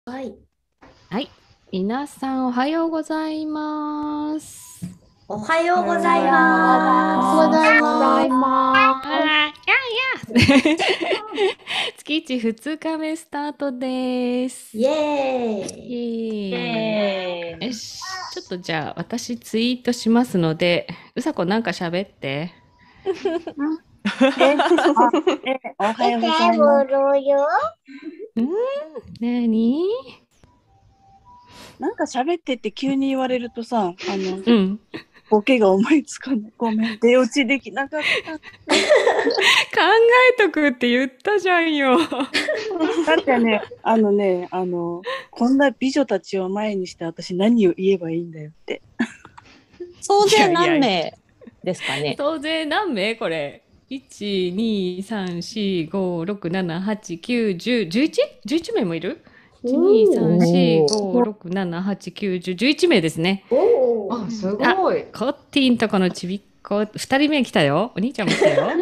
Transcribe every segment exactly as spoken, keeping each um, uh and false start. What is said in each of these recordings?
はい。 はい、皆さんおはようございます。 おはようごおはようございざいます。 ます。 ございまあー、やーやー月一ふつかめスタートです。 イエーイイ。 エーイ。よし、ちょっとじゃあ私ツイートしますので、うさこなんか喋って。 え、あ、え、おはようございます。 うん、なに？ なんか喋ってって急に言われるとさ、あの、 うん。 ボケが思いつかない。ごめん、出落ちできなかった。 考えとくって言ったじゃんよ。 だってね、あのね、あの、こんな美女たちを前にして私何を言えばいいんだよって。 総勢いやいや何名ですかね。 総勢何名これ？いち、に、さん、よん、ご、ろく、なな、はち、きゅう、じゅう、じゅういち？ じゅういち 名もいる？ いち、に、さん、よん、ご、ろく、なな、はち、きゅう、じゅう、じゅういち名ですね。 おー。 あ、すあ、 ごい。 コッティんとこのちびっこ、ふたりめ来たよ。お兄ちゃんも来たよ。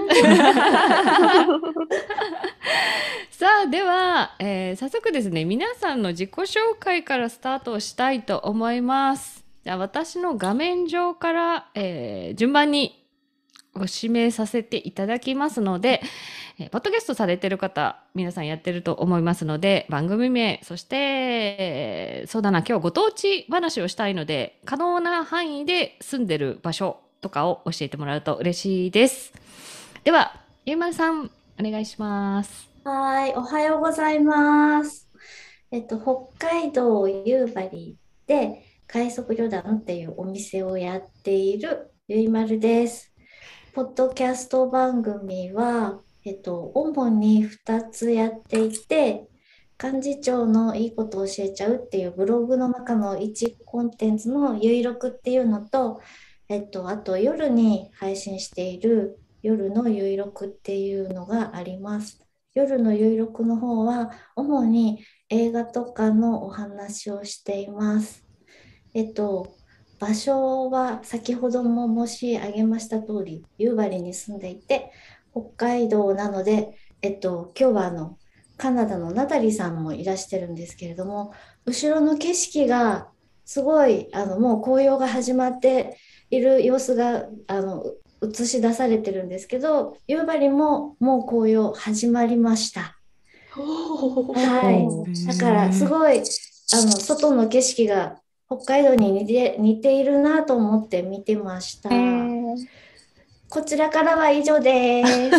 さあ、では、えー早速ですね、皆さんの自己紹介からスタートをしたいと思います。じゃあ、私の画面上から、えー順番にご指名させていただきますので、えーポッドキャストされてる方、皆さんやってると思いますので、番組名、そして、えーそうだな、今日ご当地話をしたいので、可能な範囲で住んでる場所とかを教えてもらうと嬉しいです。では、ゆうまるさん、お願いします。 はい。おはようございます。えっと、北海道夕張で快速旅団っていうお店をやっているゆいまるです。ポッドキャスト番組は、えっと、主にふたつやっていて、幹事長のいいことを教えちゃうっていうブログの中のいちコンテンツのゆいろくっていうのと、えっと、あと夜に配信している夜のゆいろくっていうのがあります。夜のゆいろくの方は主に映画とかのお話をしています。えっと、場所は先ほども申し上げました通り、夕張に住んでいて、北海道なので、えっと、今日はあの、カナダのナタリさんもいらしてるんですけれども、後ろの景色がすごい、あの、もう紅葉が始まっている様子が、あの、映し出されてるんですけど、夕張ももう紅葉始まりました。はい。 おーだからすごい、あの、外の景色が北海道に似て、似ているなと思って見てましえた。 ー、 こちらからは以上です。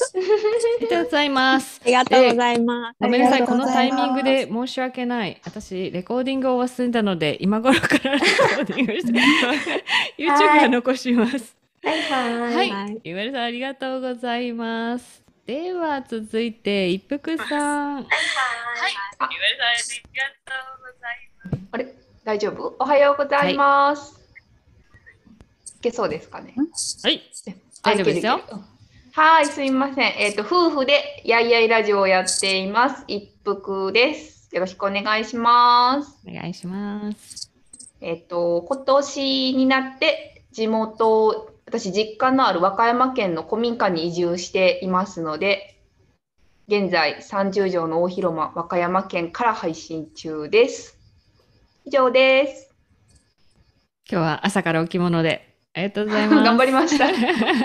ありがとうございます。 ありがとうごで、 ざいます。 ごめんなさい、 ありがとうございこのタイミングます。 で申し訳ない。私、レコーディングを忘れたので、今頃からレコーディングして、YouTube はい。 は残します。 はいははい。 い、 はい。 ゆめるさんありがとうございます。では続いて、一服さん。はい、 あ、 ゆめるさんありがとうございます。 あれ大丈夫？おはようございます。いけそうですかね。 はい、 あ大丈夫ですよ。 いけるいけるはい、すみません。えっと、夫婦でやいやいラジオをやっています。一服です。よろしくお願いします。 お願いします。 えっと、今年になって地元、私実家のある和歌山県の古民家に移住していますので、現在さんじゅう畳の大広間、和歌山県から配信中です。以上です。 今日は朝からお着物で、ありがとうございます。 頑張りました。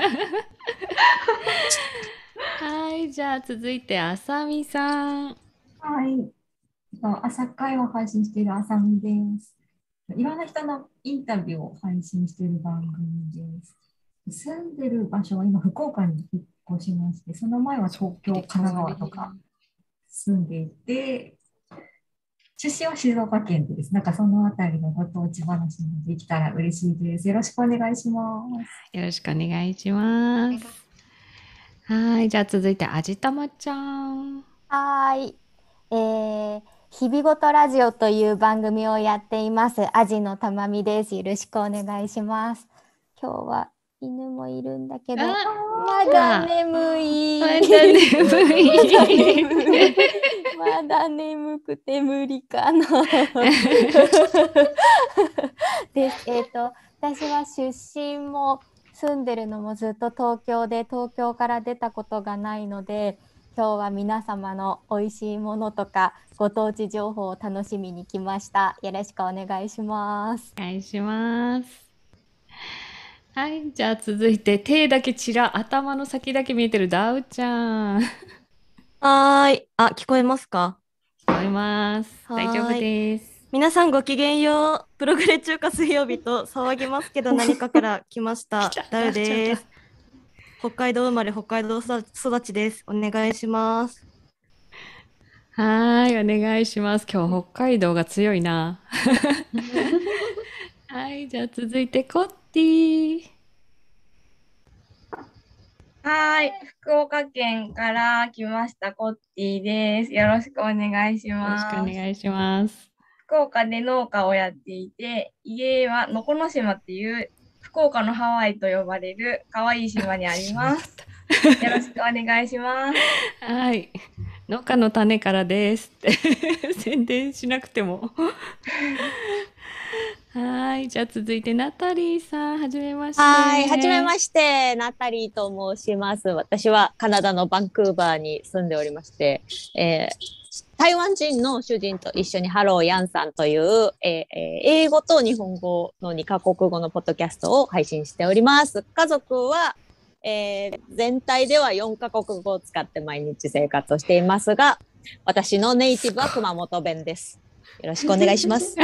はい、じゃあ続いて、あさみさん。 はい。えっと朝会を配信しているあさみです。いろんな人のインタビューを配信している番組です。住んでる場所は今、福岡に引っ越しまして、その前は東京、神奈川とか住んでいて、出身は静岡県です。なんかそのあたりのご当地話もできたら嬉しいです。よろしくお願いします。 よろしくお願いします。はい、じゃあ続いて、あじたまちゃん。 はーい。えー、日々ごとラジオという番組をやっています。アジのたまみです。よろしくお願いします。今日は犬もいるんだけど、 あまだ眠い。 まだ眠い。 まだ眠くて無理かな。です。えっと、私は出身も住んでるのもずっと東京で、東京から出たことがないので、 今日は皆様の美味しいものとかご当地情報を楽しみに来ました。よろしくお願いします。 お願いします。はい、じゃあ続いて手だけちら、頭の先だけ見えてるダウちゃん。聞はーい。あ、聞こえますか？ こえます。 はーい大丈夫です。 皆さんごきげんよう。プログレ中華水曜日と騒ぎますけど何かから来ました来た。 ダウで来す。北海道生まれ、北海道育ちです。お願いします。 はーい、お願いします。今日北海道が強いな。はい、じゃあ続いてコッティ。 はい、福岡県から来ましたコッティです。よろしくお願いしよろします。 くお願いします。 福岡で農家をやっていて、家は能古島っていう福岡のハワイと呼ばれる可愛い島にあります。よろしくお願いします。 はい、農家の種からですって宣伝しなくても。はい、じゃあ続いてナタリーさん、はじめまして。 はい、はじめまして、ナタリーと申します。私はカナダのバンクーバーに住んでおりまして、えー台湾人の主人と一緒にハローヤンさんという、えーえー英語と日本語のにカ国語のポッドキャストを配信しております。家族は、えー全体ではよんカ国語を使って毎日生活をしていますが、私のネイティブは熊本弁です。よろしくお願いします。 よ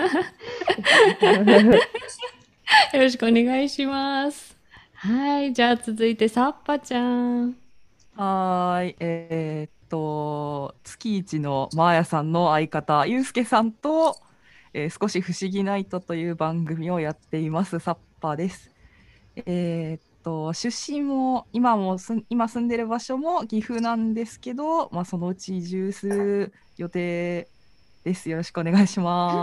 ろしくお願いします。はい、じゃあ続いてサッパちゃん。 はーい、えーっと、月一のマーヤさんの相方、ゆうすけさんと、えー少し不思議ナイトという番組をやっています、サッパです。えーっと、出身も、今もすん、今住んでる場所も岐阜なんですけど、まあ、そのうち移住する予定です。よろしくお願いします。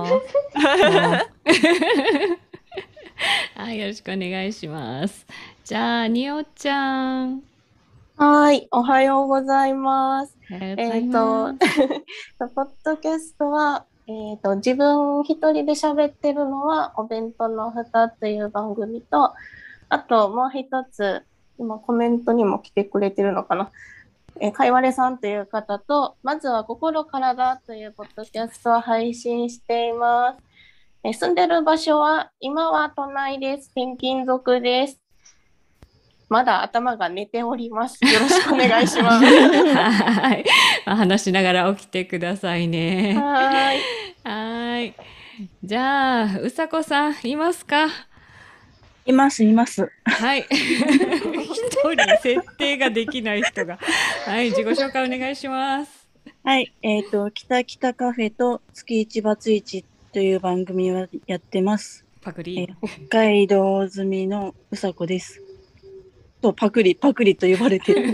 はい、よろしくお願いします。じゃあ、におちゃん。 はーい、おはようございます。 おはようございえっます。 と、ポッドキャストは、えっと、自分一人で喋ってるのは、お弁当の蓋という番組と、あともう一つ、今コメントにも来てくれてるのかな。えー、かいわれさんという方と、まずは心体というポッドキャストを配信しています。えー住んでる場所は、今は都内です。転勤族です。まだ頭が寝ております。よろしくお願いします。 はい、まあ話しながら起きてくださいね。 はーい。 はーい。じゃあ、うさこさん、いますか？ います、います。 はい。一人設定ができない人が。はい、自己紹介お願いします。 はい、えっと、北北カフェと月一バツイチという番組をやってます。 パクえリ。 ー北海道住みのうさこです。そう、パクリ、パクリと呼ばれてる。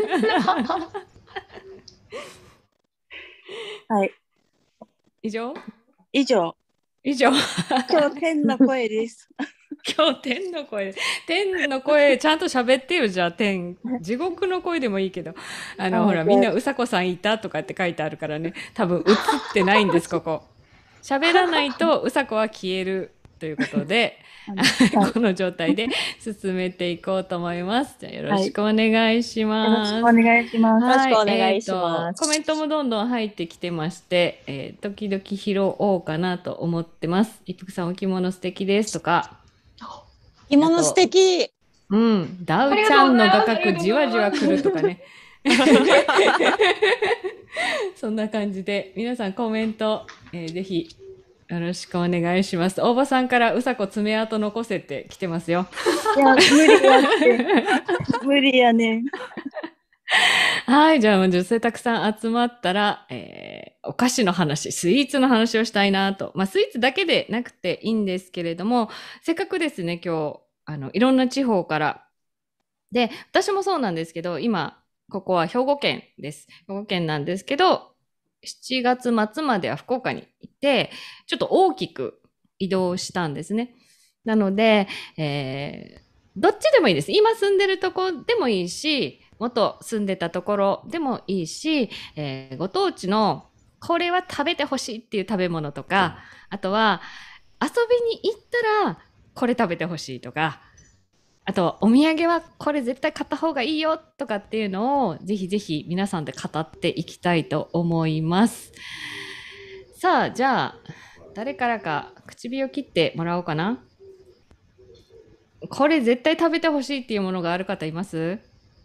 はい、 以上以上、 以上。 今日天の声です。 今日天の声。天の声、ちゃんと喋ってよ、じゃあ天。地獄の声でもいいけど。あの、 あほら、みんなうさこさんいたとかって書いてあるからね。多分映ってないんです、ここ。喋らないとうさこは消えるということで、この状態で進めていこうと思います。じゃあよろしくお願いしよろます。 しくお願いします。 よろしくお願いしえーます。 とコメントもどんどん入ってきてまして、えー時々拾おうかなと思ってます。一服さんお着物素敵ですとか、 着物素敵。 うん、ダウちゃんの画角じわじわくるとかね。そんな感じで皆さんコメント、えーぜひよろしくお願いします。大場さんからうさこ爪痕残せて来てますよ。 いや、無理やって。無理やね。 はい、じゃあもう女性たくさん集まったら、えーお菓子の話、スイーツの話をしたいなと。まあスイーツだけでなくていいんですけれども、せっかくですね、今日、あの、いろんな地方から。で、私もそうなんですけど、今、ここは兵庫県です。兵庫県なんですけど、しちがつ末までは福岡にいて、ちょっと大きく移動したんですね。なので、えーどっちでもいいです。今住んでるとこでもいいし、元住んでたところでもいいし、えーご当地のこれは食べてほしいっていう食べ物とか、あとは遊びに行ったらこれ食べてほしいとか、 あとお土産はこれ絶対買った方がいいよとかっていうのをぜひぜひ皆さんで語っていきたいと思います。さあ、じゃあ誰からか口火を切ってもらおうかな。これ絶対食べてほしいっていうものがある方います？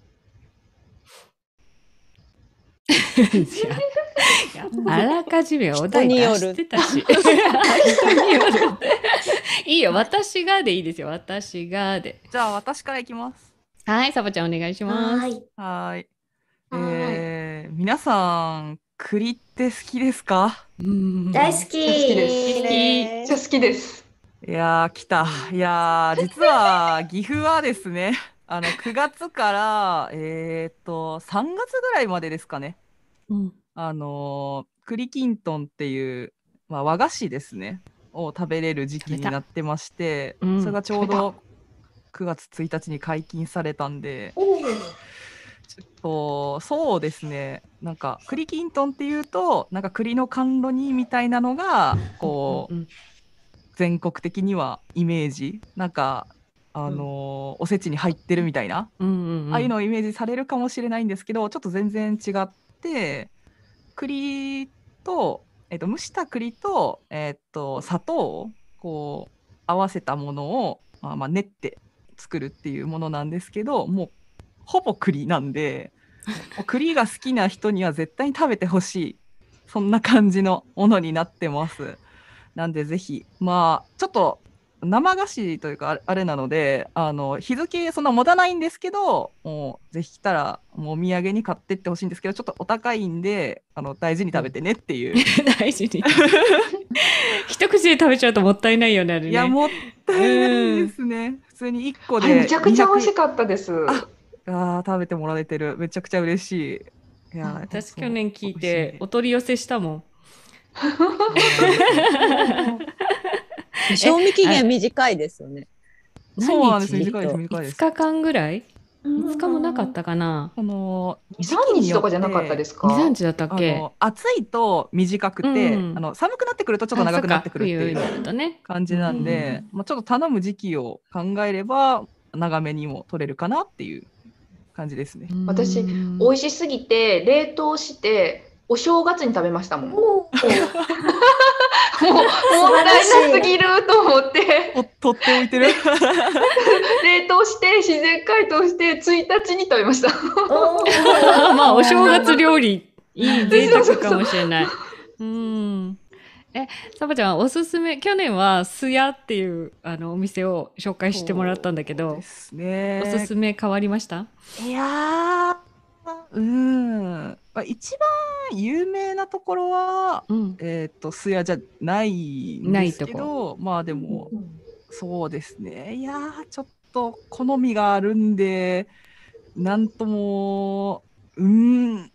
いやあらかじめお題出してたし。人による。いいよ、私がでいいですよ。私がで。 じゃあ私からいきます。 はい、サボちゃんお願いします。 はい。 はーい。えー、皆さん栗って好きですか？ 大好き。 好きです。めっちゃ好きです。 いやー来た。いやー実は岐阜はですね、あのくがつからえーっとさんがつぐらいまでですかね。 うんあのー栗きんとんっていう、まあ、和菓子ですねを食べれる時期になってまして、 うんそれがちょうどくがつついたちに解禁されたんで、 おーちょっとそうですね、なんか栗きんとんっていうとなんか栗の甘露煮みたいなのがこう、 うん全国的にはイメージなんかあのーおせちに入ってるみたいな、 うんうんうん、 ああいうのをイメージされるかもしれないんですけど、ちょっと全然違って栗と、えっと、蒸した栗と、えっと、砂糖をこう合わせたものを、まあ、まあ練って作るっていうものなんですけど、もうほぼ栗なんでもう栗が好きな人には絶対に食べてほしい、そんな感じのものになってます。なんでぜひ、まあちょっと生菓子というかあれあれなので、あの日付そんな持たないんですけど、もうぜひ来たらもうお土産に買ってってほしいんですけど、ちょっとお高いんであの大事に食べてねっていう、 大事に。一口で食べちゃうともったいないよね、あれね。 いやもったいないですね。普通にいっこであれめちゃくちゃ美味しかったです。 ああー食べてもらえてる、めちゃくちゃ嬉しい。いや私去年聞いてお取り寄せしたもん。 賞味期限短いですよね。 そうなんです、 何日短いです短いです。 いつかかんぐらい？みっかもなかったかな。 このに、さんにちとかじゃなかったですか？ に、さんにちだったっあけ？ の暑いと短くて、 うんあの寒くなってくるとちょっと長くなってくるってあそっか冬にないうるとね。 感じなんで、まあ、ちょっと頼む時期を考えれば長めにも取れるかなっていう感じですね。 私、美味しすぎて冷凍してお正月に食べましたもん。もうもったいなすぎると思って取っておいてる。 冷凍して自然解凍してついたちに食べました。 まあお正月料理いい贅沢かもしれない。うんえ、サバちゃんおすすめ、去年はすやっていうあのお店を紹介してもらったんだけど、 ですね、 おすすめ変わりました？ いやーうーん、まあ、一番有名なところは、 うんえっとすやじゃないんですけないとど、まあでも、そうですね、いやーちょっと好みがあるんでなんともうーん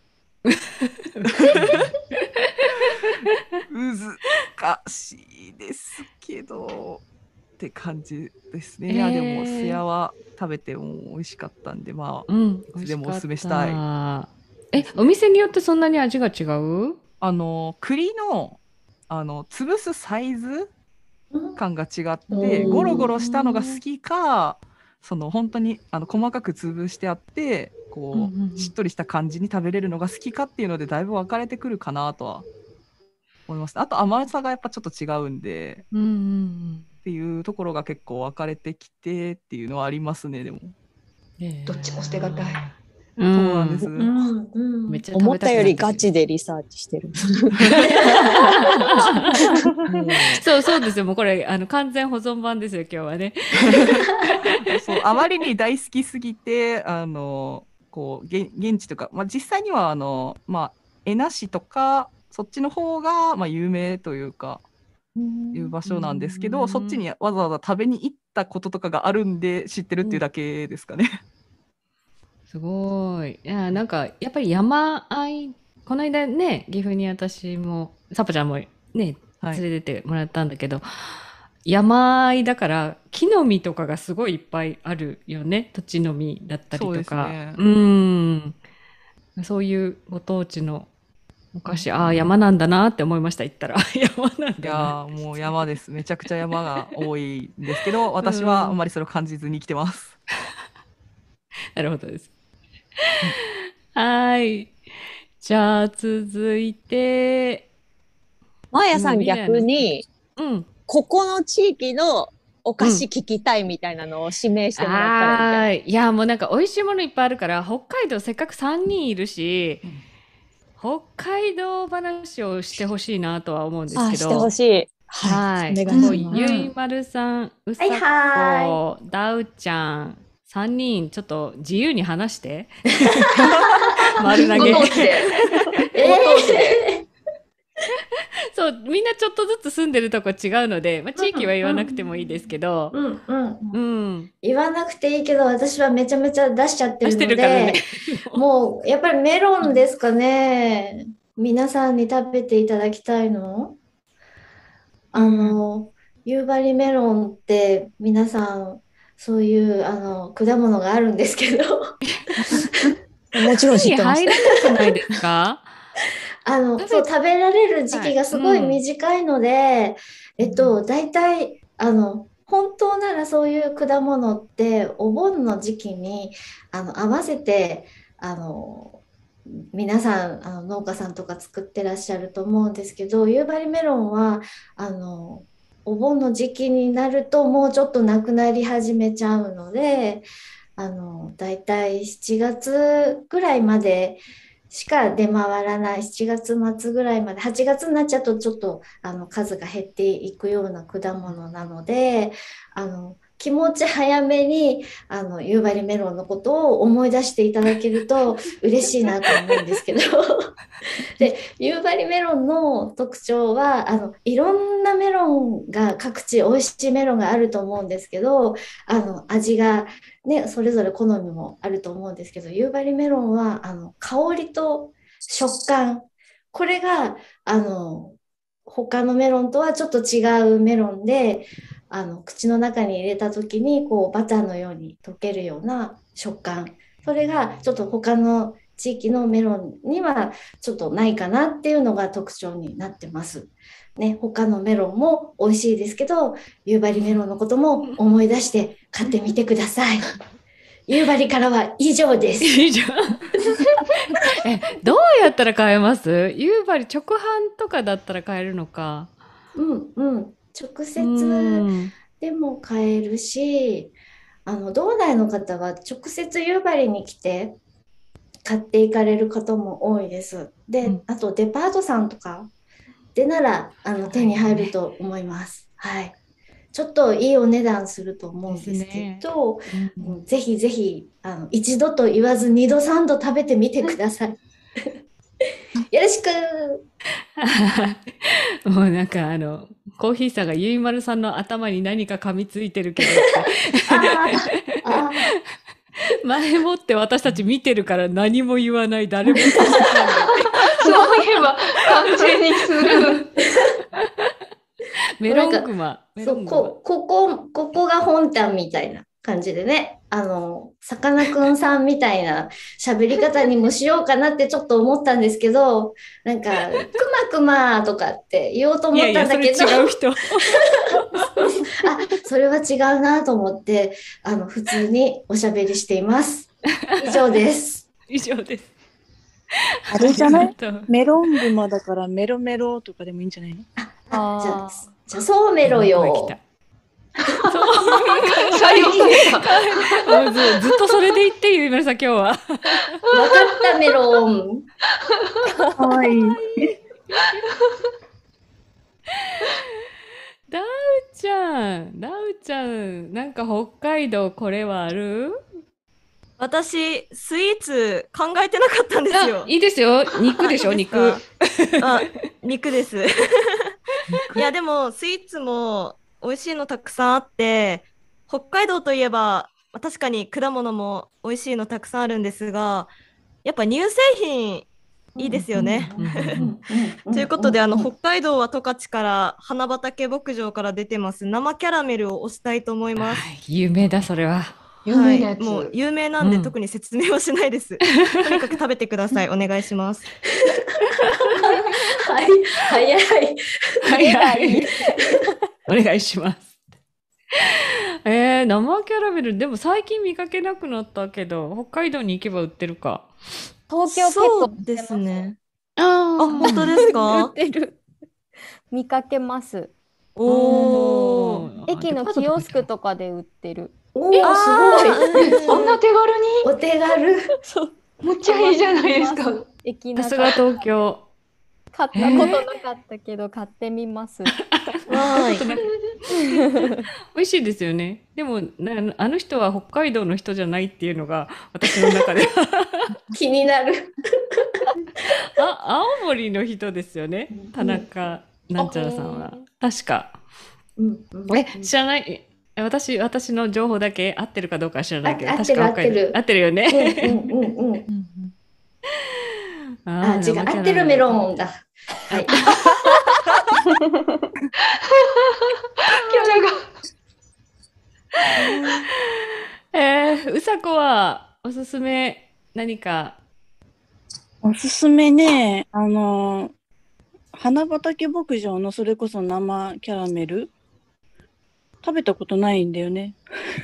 難しいですけどって感じですね。いや、 えーでもすやは食べても美味しかったんで、まあ、 うんいつでもおすすめしたい。 い。え、お店によってそんなに味が違う？ あの栗のあの潰すサイズ感が違って、ゴロゴロしたのが好きか、その本当にあの細かく潰してあってこう、 うんうんうんしっとりした感じに食べれるのが好きかっていうのでだいぶ分かれてくるかなとは思います。あと甘さがやっぱちょっと違うんで、 うんうんうんっていうところが結構分かれてきてっていうのはありますね。でもどっちも捨てがたい。 そうなんです。 うんうんめっちゃ食べたくな思ったよりけどガチでリサーチしてる。 そうそうですよ。もうこれあの完全保存版ですよ今日はね。 そうあまりに大好きすぎてあのこう現現地とか、まあ、実際にはあの、まあ、江那市とかそっちの方が、まあ、有名というかいう場所なんですけど、そっちにわざわざ食べに行ったこととかがあるんで知ってるっていうだけですかね。 すごい。いやなんかやっぱり山あい、この間ね岐阜に私もサポちゃんもねはい連れてってもらったんだけど、山あいだから木の実とかがすごいいっぱいあるよね。土地の実だったりとか、 そうですねうん、そういうご当地の昔、ああ、山なんだなって思いました、行ったら。山なんいやだな。 ーもう山です。めちゃくちゃ山が多いんですけど、私はあんまりそれを感じずに来てます。 なるほどです。はい。じゃあ、続いて、 まーやさん今逆に、 うん。 ここの地域のお菓子うん。 聞きたいみたいなのを指名してもらったらいいんじゃない？ ああ、いや、もうなんか美味しいものいっぱいあるから、北海道せっかくさんにんいるし、北海道話をしてほしいなとは思うんですあ、 けしてほど、 しい。 ははい。 い。 お願いもう、 します。 ゆいまるさん、うはいさはこ、ダウちゃん、さんにん、ちょっと自由に話して。丸投げ。 ご当地で。 えご当地で。 ーそう、みんなちょっとずつ住んでるとこ違うので、まあ、地域は言わなくてもいいですけど、 うんうんうん。 言わなくていいけど、私はめちゃめちゃ出しちゃって出してるのるからね。 で、もうやっぱりメロンですかね。皆さんに食べていただきたいの。あの、夕張メロンって皆さん、そういうあの果物があるんですけど、 もちろん知手にってます。 入らなくないですか？ あの、 食べそう、食べられる時はい。 期がすごいうん。 短いので、えっと、大体、あの、本当ならそういう果物ってお盆の時期にあの合わせてあの皆さんあの農家さんとか作ってらっしゃると思うんですけど、夕張メロンはあのお盆の時期になるともうちょっとなくなり始めちゃうので、あのだいたいしちがつぐらいまでしか出回らない、しちがつ末ぐらいまで、はちがつになっちゃうとちょっとあの数が減っていくような果物なので、あの気持ち早めにあの夕張メロンのことを思い出していただけると嬉しいなと思うんですけどで、夕張メロンの特徴はあのいろんなメロンが各地美味しいメロンがあると思うんですけど、あの味がね、それぞれ好みもあると思うんですけど、夕張メロンはあの香りと食感、これがあの他のメロンとはちょっと違うメロンで、あの口の中に入れた時にこうバターのように溶けるような食感、それがちょっと他の地域のメロンにはちょっとないかなっていうのが特徴になってます。ね、他のメロンも美味しいですけど、夕張メロンのことも思い出して買ってみてください。夕張からは以上です。 以上。え、どうやったら買えます？夕張直販とかだったら買えるのか。 うんうん、直う接ーん。 でも買えるし、あの道内の方は直接夕張に来て買っていかれる方も多いです。 うで、 ん。 あとデパートさんとかでならあの手はいに入るね。 と思います。はい。ちょっといいお値段すると思ですうんですけね。 ど、 うん。 うんぜひぜひあの一度と言わず二度三度食べてみてください。よろしく。 もうなんかあの、コーヒーさんがゆいまるさんの頭に何か噛みついてるけどってあーあー、 前もって私たち見てるから何も言わない、誰も気づかない。 そういえば、完全にする。 メロなんかングマ、メそう、 ロングマ。 こ、ここ、ここが本丹みたいな感じでね、あの、さかなクンさんみたいな喋り方にもしようかなってちょっと思ったんですけど、なんか、くまくまとかって言おうと思っいやいや、それたんだけど、 違う人。 あ、それは違うなと思って、あの、普通におしゃべりしています。以上です。 以上です。 あれじゃない？ ありがとう。 メロングマだからメロメロとかでもいいんじゃないの？ あ、じゃあ、 あじゃあ、そうメロメロングマ来よ。 た。 採用された。 もうず、ずっとそれで言ってゆいまるさん、今日は。 わかったメロン。 かわいい。 ダウちゃん、ダウちゃん、なんか北海道これはある？ 私、スイーツ考えてなかったんですあ、 よ。 いいですよ。肉でしょ、 いいです肉。 か？あ、肉です。いや、でも、スイーツも美味しいのたくさんあって、北海道といえば、まあ確かに果物も美味しいのたくさんあるんですが、やっぱ乳製品いいですよね。 うんうんうん。 ということで、あの、北海道は十勝から花畑牧場から出てます生キャラメルを推したいと思います。 はい、夢だ、それは。 有名なやつ。 はい、もう有名なんで、 うん特に説明はしないです。とにかく食べてください。お願いします。 はい、早い。 早い。お願いします。えー、生キャラメル、でも最近見かけなくなったけど、北海道に行けば売ってるか。 東京そうで結構売ってますすね。 ああ、本当です売かっ？てる。見かけます。 おー。 駅のキオスクとかで売ってる。 おー、すごい。 そんな手軽お手軽。 にむっちゃいいじゃないですか。 駅中さすが東京。 買ったことなかったけど買ってみます。 はい。 美味しいですよね。でもなあの人は北海道の人じゃないっていうのが私の中で気になる。 あ、青森の人ですよね。田中なんちゃらさんは確か。 うんうん、 え、知らない。え私私の情報だけ合ってるかどうかは知らないけど、 あ確か北海道合ってる合ってるよね。 うんうんうんうん。 ああ、違う、合ってるメロンだ。はい。 キャラが。 えー、うさこはおすすめ何か。 おすすめね、あの、花畑牧場のそれこそ生キャラメル食べたことないんだよね。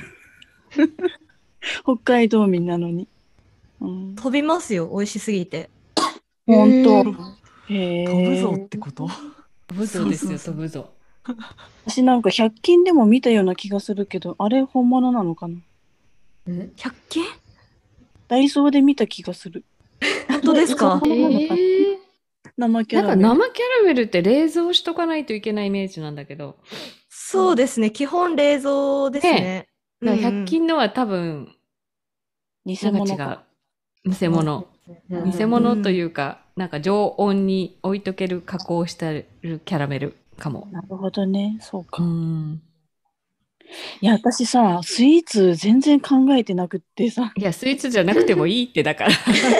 北海道民なのに。うん、 飛びますよ、美味しすぎて。 本当。へ飛ぶぞえ。 ってこと？ 飛ぶぞですよ、飛ぶぞ。 私なんかひゃく均でも見たような気がするけど、あれ本物なのかな？ ひゃく均？ ダイソーで見た気がする。 本当ですか？ えー、 生キャなんかラメル。 生キャラメルって冷蔵しとかないといけないイメージなんだけど。 そうですね、基本冷蔵ですね。 だからうんうんひゃく均のは多分、 偽なん物か。 か違う。偽物。偽物というか、なんか常温に置いとける加工をしてるキャラメルかも。 なるほどね。そうか。 うん。 いや、私さ、スイーツ全然考えてなくってさ。 いや、スイーツじゃなくてもいいってだから。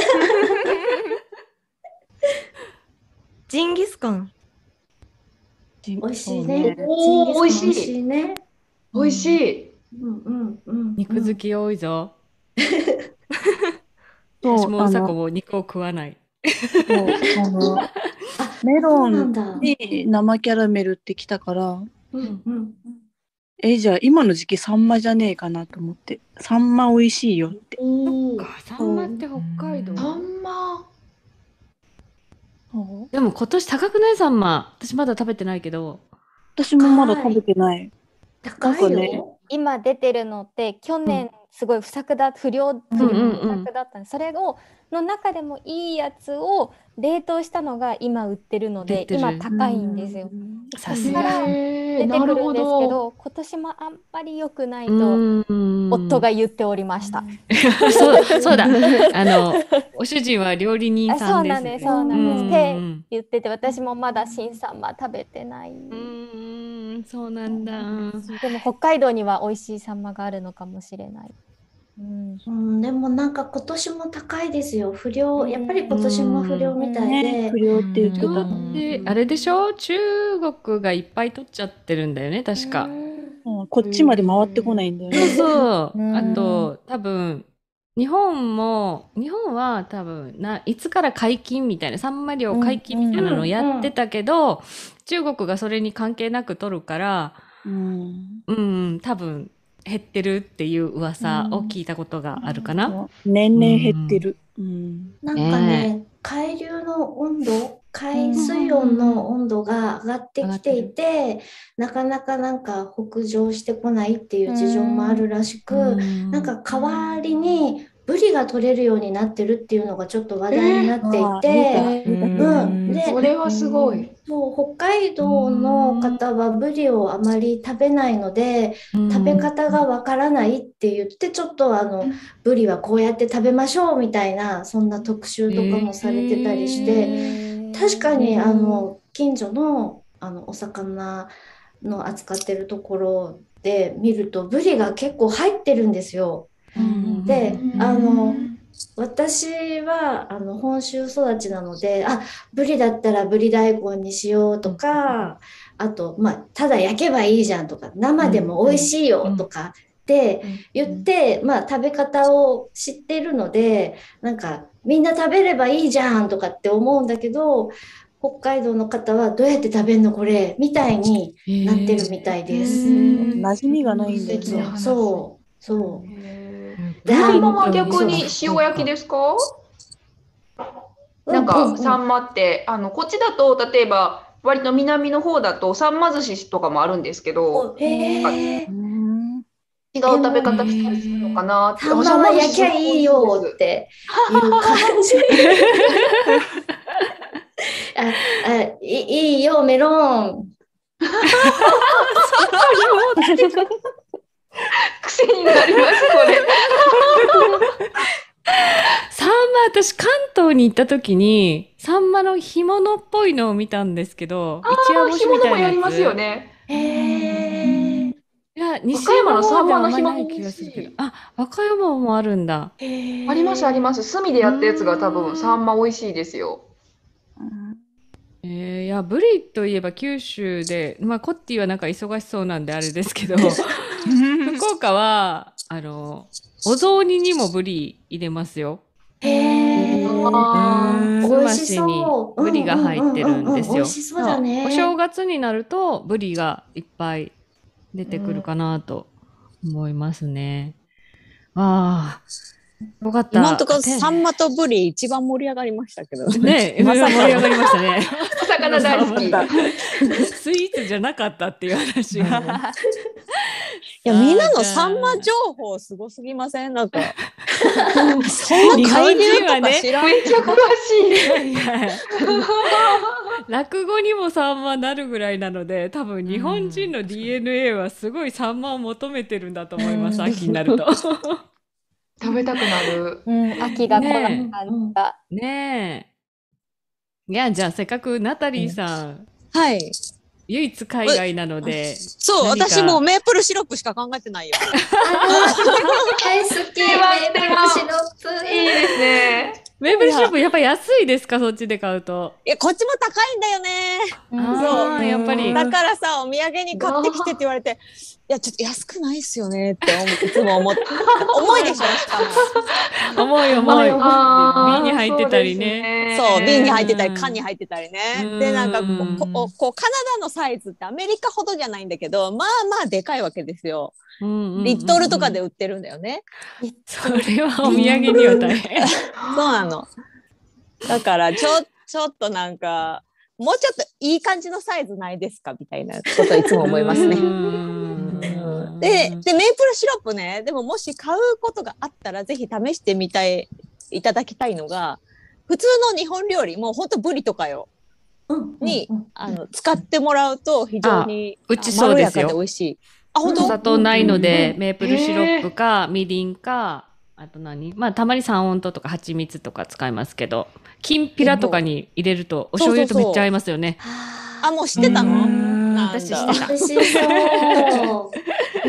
ジンギスカン。 美美味しいね。 おー、美味しい。 美味しいね。 美味しい。 うんうんうん。 肉好き多いぞ。 そう私もうさこあのも肉を食わない。 そうあのメロそうなんンだ。 で生キャラメルってきたから、 うんうん。 え、じゃあ今の時期サンマじゃねえかなと思って。サンマ美味しいよって。 おー。 サンマって北海道。 サンマ。 そうでも今年高くないサンマ。私まだ食べてないけど。 私もまだ食べてない。 高いなんかねよ。 今出てるのって去年すごい不作だ不良不良うんうんうん不作だったんで、それをの中でもいいやつを冷凍したのが今売ってるので出てる今高いんですよ。 さすが。 だからへー、 出てなるほくるんですけど。 ど、今年もあんまり良くないとうん夫が言っておりました。 そうそうだ。あのお主人は料理人あ、 さんですね。 そうなんです、そうなんです。 うんって言ってて、私もまだ新サンマ食べてない。 うん、そうなんだ。 でも北海道には美味しいサンマがあるのかもしれない。うん、 うん、でもなんか今年も高いですよ。不良、やっぱり今年も不良みたいね、不で。 良って言ってただの。 ってあれでしょ、中国がいっぱい取っちゃってるんだよね、確か。 うんこっちまで回ってこないんだよそうね。 そう。 うんあと多分日本も日本は多分ないつから解禁みたいな、サンマ漁解禁みたいなのをやってたけど、中国がそれに関係なく取るから、 うんうん、多分減ってるっていう噂を聞いたことがあるかな。 年々減ってる。うんなんかね、海流の温度、海水温の温度が上がってきていて、なかなかなんか北上してこないっていう事情もあるらしく、 うんなんか代わりにブリが取れるようになってるっていうのがちょっと話題になっていて、うん、で、 それはすごい。 そう北海道の方はブリをあまり食べないので、食べ方がわからないって言って、ちょっとあのブリはこうやって食べましょうみたいな、そんな特集とかもされてたりして、確かにあの近所のあのお魚の扱ってるところで見るとブリが結構入ってるんですよ。で、あの私はあの本州育ちなので、あ、ブリだったらブリ大根にしようとか、あと、まあ、ただ焼けばいいじゃんとか、生でも美味しいよとかっって言って、まあ、食べ方を知ってるので、なんかみんな食べればいいじゃんとかって思うんだけど、北海道の方はどうやって食べるのこれみたいになってるみたいです。 馴染みがないんだよね。 そうそう。 サンマは逆に塩焼きですか？なんかサンマってあのこっちだと例えば割と南の方だとサンマ寿司とかもあるんですけど、なんか違う食べ方したりするのかなって。 サンマは焼きゃいいよっていう感じ。ああいいいよメロン。 癖になりますこれ。 サンマ、私関東に行った時にサンマの干物っぽいのを見たんですけど、一夜干しみたいなやつ。 干物もやりますよね。 へえ。 いや、西山のサンマの干物気がするけど、あ、和歌山もあるんだ。 ありますあります。炭でやったやつが多分サンマ美味しいですよ。 えー、いや、ブリといえば九州で、まあコッティはなんか忙しそうなんであれですけど、福岡はあのお雑煮にもブリ入れますよ。 へえ。 すましにブリが入ってるんですよ。 美味しそうだね。 お正月になるとブリがいっぱい出てくるかなと思いますね。ああ、よかった。 今のところサンマとブリ一番盛り上がりましたけどね。ね、盛り上がりましたね。 お魚大好き。 スイーツじゃなかったっていう話が。 いや、みんなのサンマ情報すごすぎません？なんか。そんな海流とか知らん。 めっちゃ詳しい。 落語にもサンマなるぐらいなので、多分日本人の ディーエヌエー はすごいサンマを求めてるんだと思います。秋になると。 食べたくなる。 うん、秋が来なかった。 ねえ。いや、じゃあせっかくナタリーさん、 はい。 唯一海外なので。 そう、私もうメープルシロップしか考えてないよ。 大好き。メープルシロップ。 いいですね。 メープルシロップやっぱ安いですか、そっちで買うと。 いや、こっちも高いんだよね。 そう、やっぱり。 だからさ、お土産に買ってきてって言われて、いや、ちょっと安くないっすよねって思っていつも思って。重いでしょ、しかも。 重い重い。瓶に入ってたりね。 そう、瓶に入ってたり、缶に入ってたりね。で、なんかこう、こう、カナダのサイズってアメリカほどじゃないんだけど、まあまあでかいわけですよ。リットルとかで売ってるんだよね。 それはお土産には大変。 そうなの。だからちょちょっとなんかもうちょっといい感じのサイズないですかみたいなことをいつも思いますね。で、でメープルシロップね、でももし買うことがあったらぜひ試してみたいいただきたいのが、普通の日本料理もうほんとブリとかよ。に、あの使ってもらうと非常にうちそうですよ。 まろやかで美味しい。あ、本当？ お砂糖ないので、メープルシロップかみりんか、あと何、まあたまに三温糖とか蜂蜜とか使いますけど、きんぴらとかに入れるとお醤油とめっちゃ合いますよね。 あ、もう知ってたの？ 私知ってた。 美味しそう。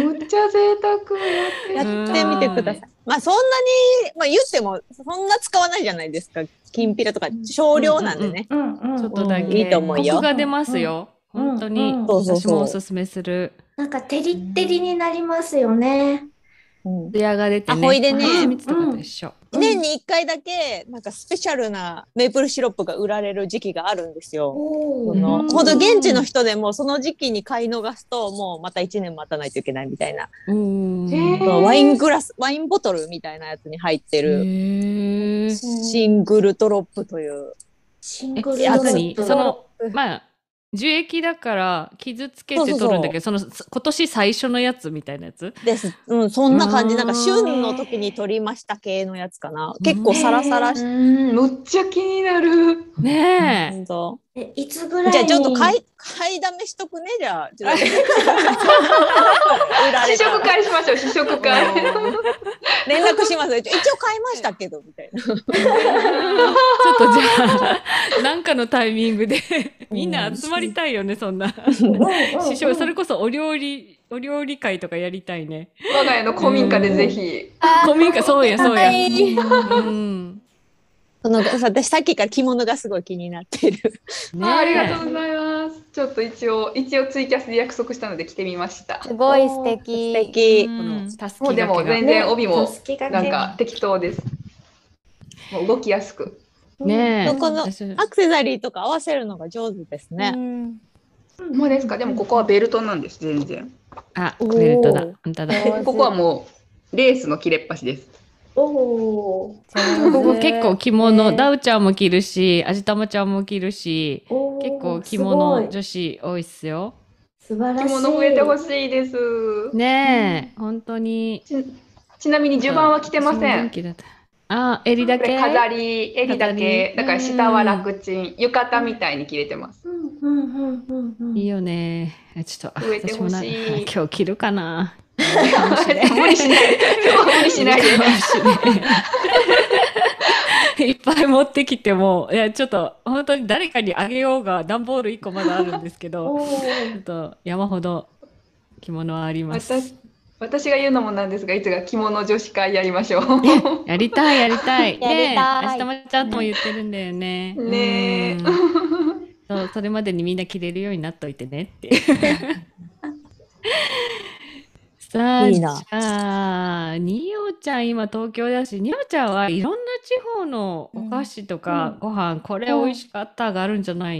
むっちゃ贅沢やってやってみてください。まあそんなに、まあ言ってもそんな使わないじゃないですか。きんぴらとか少量なんでね。 ちょっとだけいいと思うよ。 コクが出ますよ。本当に私もおすすめする。 なんかテリッテリになりますよね。 ツヤが出てね。 あ、ほいでね、 蜂蜜とかと一緒。 年に一回だけなんかスペシャルなメープルシロップが売られる時期があるんですよ。そのほんと現地の人でもその時期に買い逃すともうまた一年待たないといけないみたいな。ワイングラス、ワインボトルみたいなやつに入ってるシングルドロップというシングルドロップ。 そのまあ樹液だから傷つけて取るんだけど、その今年最初のやつみたいなやつです。うん、そんな感じ。なんか旬の時に取りました系のやつかな。結構サラサラし。 むっちゃ気になる。 ねえ。え、いつぐらいに。 じゃあちょっと買い買いだめしとくね、じゃあ。 試食会しましょう。試食会。 連絡します。一応買いましたけどみたいな。ちょっとじゃあなんかのタイミングでみんな集まりたいよね、そんな。師匠、それこそお料理お料理会とかやりたいね。 我が家の古民家でぜひ。 古民家、そうやそうや。うん。 その私さっきから着物がすごい気になっている。 ありがとうございます。 ちょっと一応一応ツイキャスで約束したので着てみました。 すごい素敵。 素敵。 もうでも全然帯もたすき掛けなんか適当です。もう動きやすく。 ねえ。 このアクセサリーとか合わせるのが上手ですね。 もうですか。でもここはベルトなんです。全然。 あ、ベルトだ。本当だ。 ここはもうレースの切れっ端です。 おお。 ここ結構着物、ダウちゃんも着るし、あじたまちゃんも着るし、結構着物女子多いっすよ。 素晴らしい。 着物増えてほしいです。 ねえ、本当に。 ち、ちなみに襦袢は着てません。 あ、襟だけ。 飾り、襟だけ。だから下は楽ちん、浴衣みたいに着れてます。 いいよね。ちょっと、 増えてほしい。 今日着るかな。 無理しないで。今日は無理しないで。いっぱい持ってきても、いや、ちょっと本当に誰かにあげようが段ボールいっこまだあるんですけど、ちょっと山ほど着物はあります。 私、私が言うのもなんですが、いつか着物女子会やりましょう。 やりたい、やりたい。 やりたい。 あしたまちゃんとも言ってるんだよね。 ねえ。 そう、それまでにみんな着れるようになっといてねっていう。さあ、 いいな。 じゃあ、におちゃん今東京だし、におちゃんはいろんな地方のお菓子とかご飯、これ美味しかったがあるんじゃない？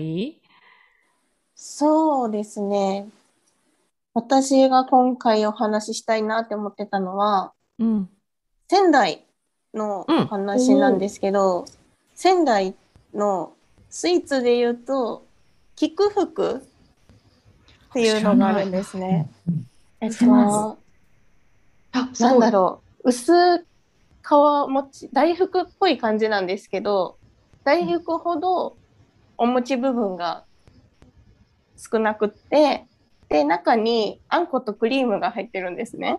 そうですね。私が今回お話ししたいなって思ってたのは、 うん、 仙台のお話なんですけど、仙台のスイーツで言うと、菊福っていうのがあるんですね。えっと、なんだろう、薄皮餅、大福っぽい感じなんですけど、大福ほどお餅部分が少なくって、で、中にあんことクリームが入ってるんですね。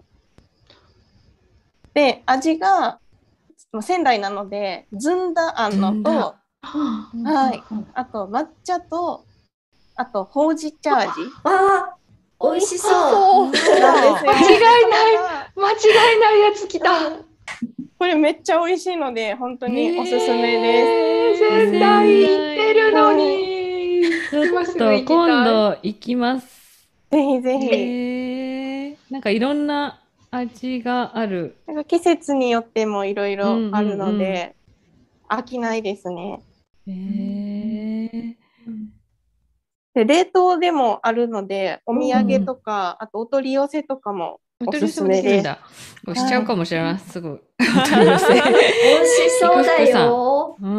で、味が仙台なので、ずんだあんのと、はい、あと抹茶と、あとほうじ茶味。 ああ、美味しそう。 なんですよ。 間違いない、間違いないやつ来た。 これめっちゃ美味しいので、本当におすすめです。 仙台行ってるのに。 ちょっと今度行きます。 ぜひぜひ。 えー、なんかいろんな味がある。 なんか季節によってもいろいろあるので、飽きないですね。 へえ。 で、冷凍でもあるので、お土産とか、あとお取り寄せとかもおすすめです。 これしちゃうかもしれない。すぐ。 美味しそうだよ。 うん。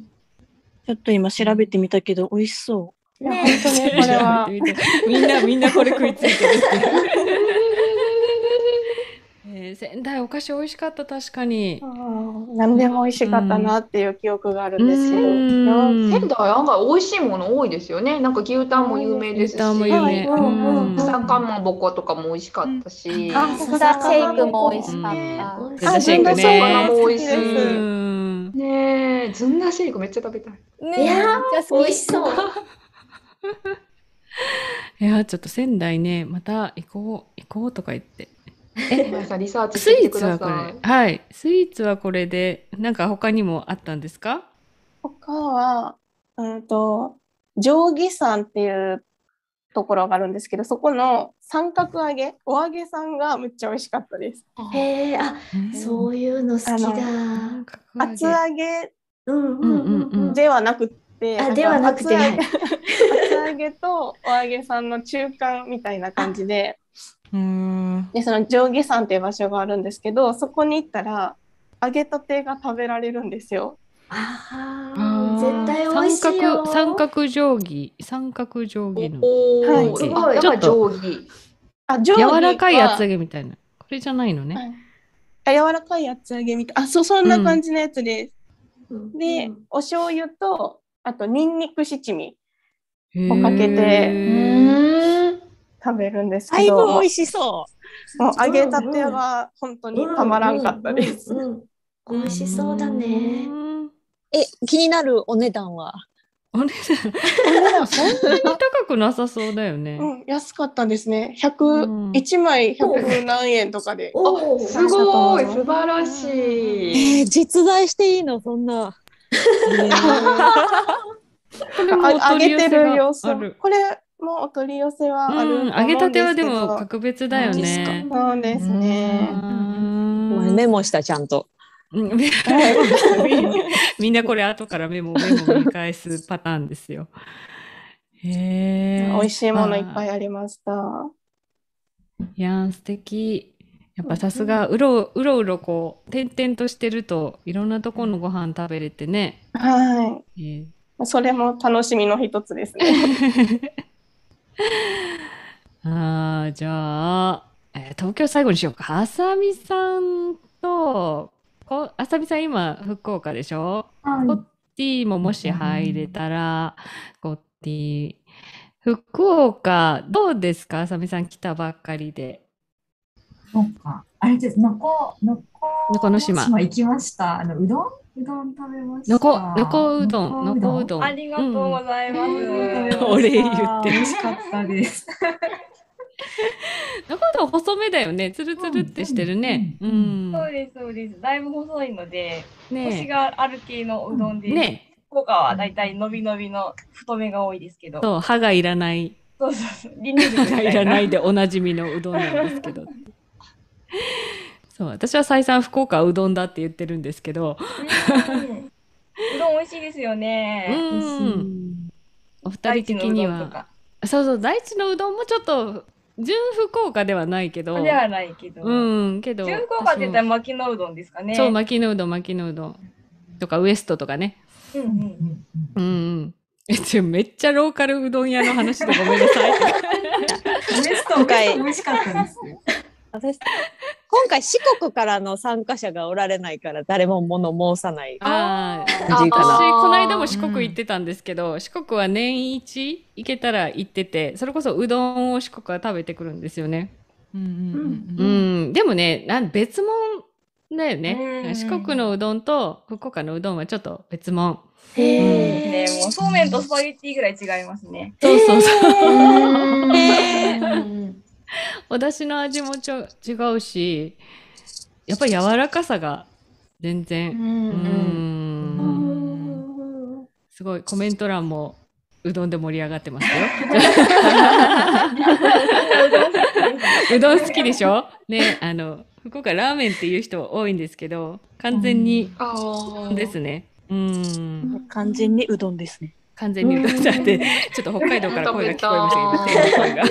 ちょっと今調べてみたけど、美味しそう。 ね、本当にこれはみんなみんなこれ食いついてるっていう。えー、仙台お菓子美味しかった。確かに。 何でも美味しかったなっていう記憶があるんですけど、 仙台案外美味しいもの多いですよね。なんか牛タンも有名ですし、 牛タンも有名。 草かまぼことかも美味しかったし、 あ、スザシェイクも美味しかった。 スザシェイクね。 も美味しい。ねえ、ずんだシェイクめっちゃ食べたい。 いや、美味しそう。 いや、ちょっと仙台ね、また行こう、行こうとか言って。 え、リサーチしてみてください。 スイーツはこれ。はい。スイーツはこれで、なんか他にもあったんですか？ 他は、うんと、定義山っていうところがあるんですけど、そこの三角揚げ、お揚げさんがめっちゃ美味しかったです。 へえ、あ、そういうの好きだ。 厚揚げではなくて、 あ、ではなくて、 厚揚げとお揚げさんの中間みたいな感じで、で、その定義山っていう場所があるんですけど、そこに行ったら揚げたてが食べられるんですよ。 ああ、絶対美味しいよ。 三角定規、三角定規の。 はい、 すごい。ちょっと定規。 あ、定規。 柔らかい厚揚げみたいな。これじゃないのね。 あ、柔らかい厚揚げみたい。あ、そう、そんな感じのやつです。で、お醤油と、あとニンニク七味をかけて食べるんですけど、 だいぶ美味しそう。 もう揚げたては本当にたまらんかったです。 美味しそうだね。 え、気になるお値段は？ お値段、お値段そんなに高くなさそうだよね。 うん、安かったんですね。ひゃく、いちまいひゃく何円とかで。 あ、すごい、素晴らしい。 えー、実在していいのそんな。 これもおあ揚げて取り寄せがる様子ある。 これもお取り寄せはあるうん、 と揚げたては思うんですけど、 でも格別だよね。 そうですね。 うんメモしたちゃんと。 うんみみんなこれ後からメモメモ見返すパターンですよ。へえ。 美味しいものいっぱい。 いありました。 いやー素敵。やっぱさすがうろうろうろこう点々としてるといろんなところのご飯食べれてね。 はえーい。それも楽しみの一つですね。 あーじゃあ、えー東京最後にしようか。あさみさんとこあさみさん今福岡でしょ。 はいコッティももし入れたら、コッティ福岡どうですか。あさみさん来たばっかりで。 そうか。あれです。のこ、のこのこの島。 島行きました。あの、うどんうどん食べました。 のこのこうどんのこうどん。 ありがとうございます。 うんお礼言ってる美味しかったです。 のこうどん細めだよね。つるつるってしてるね。うん。 そうです、そうです。だいぶ細いので、 ねえコシがある系のうどんで、 ね福岡はだいたい伸び伸びの太めが多いですけど、 そう歯がいらない。 そうそうそう、リニュー歯がいらないでおなじみのうどんなんですけど。そう私は再三福岡はうどんだって言ってるんですけど。 うんうどん美味しいですよね。 うん。お二人的に大地のうどんとはか。 そうそう大地のうどんもちょっと純福岡ではないけど。 ではないけど。 うんけど。 純福岡って言ったら薪のうどんですかね。 そう薪のうどん薪のうどんとかウエストとかね。 うんうん。 うんうん。えちょめっちゃローカルうどん屋の話でごめんなさい。 ウエスト今回美味しかったです。 私今回四国からの参加者がおられないから誰も物申さないああ、 感じかな。 私この間も四国行ってたんですけど、四国は年一行けたら行ってて、それこそうどんを四国は食べてくるんですよね。 うんうんううんん、でもね、なん別物だようね。 ん四国のうどんと福岡のうどんはちょっと別物。 へね、もうそうめんとスパゲッティぐらい違いますね。 そうそうそう。 ー。 お出汁の味もちょ違うし、やっぱり柔らかさが全然。うん。すごいコメント欄もうどんで盛り上がってますよ。うどん好きでしょね、あの福岡ラーメンっていう人多いんですけど、完全にああ。 ですね。うん。 完全にうどんですね。 完全にうどんだって、ちょっと北海道から声が聞こえましたけど、天の声が。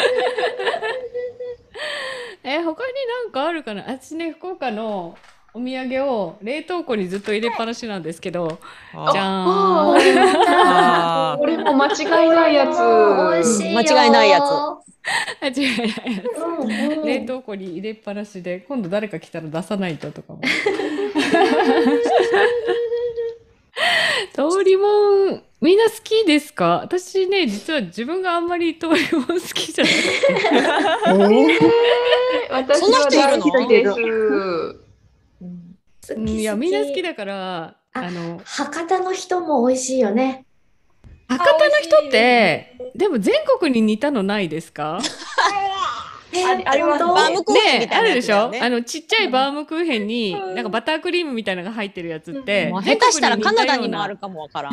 え、他になんかあるかな。私ね、福岡のお土産を冷凍庫にずっと入れっぱなしなんですけど、 あじゃあーん。 あーこれも間違いないやつ。 美味しいよ。 間違いないやつあ違いないやつ。 うんうん。 冷凍庫に入れっぱなしで、今度誰か来たら出さないととかも。通りもん、みんな好きですか？私ね、実は自分があんまり通りもん好きじゃなくて。 私そんなは人いるの大好きです。 好うんいき好やみんな好きき。 だからあの博多の人も美味しいよね。 博多の人ってでも全国に似たのないですか？ えありあります本当バームクーヘンみねあるでしたいなやつだよね。 ょあのちっちゃいバームクーヘンになんかバタークリームみたいなのが入ってるやつってもう全下手したら国に似たようなカナダにもあるかもわからん。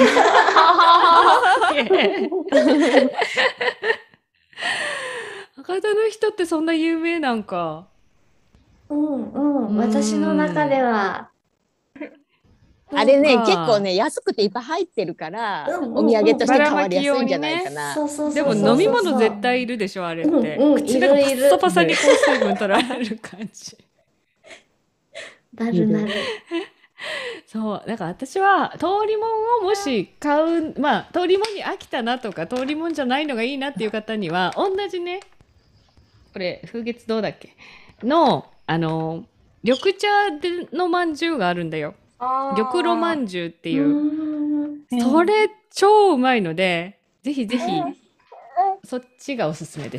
博多の人ってそんな有名なんか。 うんうん。私の中では。 あれね、 そうか結構ね、安くていっぱい入ってるから、 うんうんうんお土産として変わりやすいんじゃないかな。 そうそうそうでもそうそう飲み物絶対いるでしょあれって、 うんうん口がパいるいるッサパサにこう水分取られる感じ。 なるなる。 そうだから私は通りもんをもし買うまあ通りもんに飽きたなとか通りもんじゃないのがいいなっていう方には同じねこれ風月堂だっけのあの緑茶でのまんじゅうがあるんだよ。玉露まんじゅうっていうそれ超うまいのでぜひぜひそっちがおすすめです。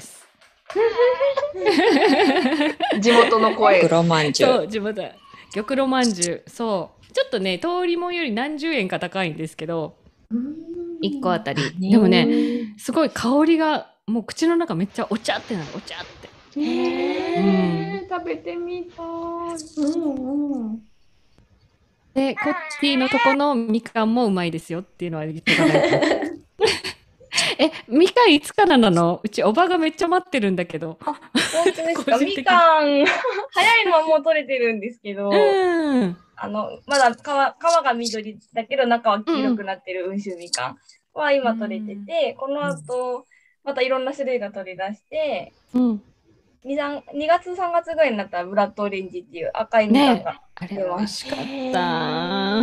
地元の声。 黒まんじゅう。 そう地元玉露まんじゅうそうちょっとね通りもんより何十円か高いんですけどいっこあたりでもねすごい香りがもう口の中めっちゃお茶ってなるお茶ってへー食べてみたい。 うんうん。 で、コッティのとこのみかんもうまいですよっていうのは言ってかないと。え、みかんいつからなの？うちおばがめっちゃ待ってるんだけど。 本当ですか。み個人的に。 かん、早いのはもう取れてるんですけど、 うん。 あの、まだ皮、皮が緑だけど中は黄色くなってる温州みかんは今取れてて、この後、またいろんな種類が取り出して、 うん。 に、さんにがつさんがつぐらいになったらブラッドオレンジっていう赤いみかんね、 があれ出ます。 美味しかった。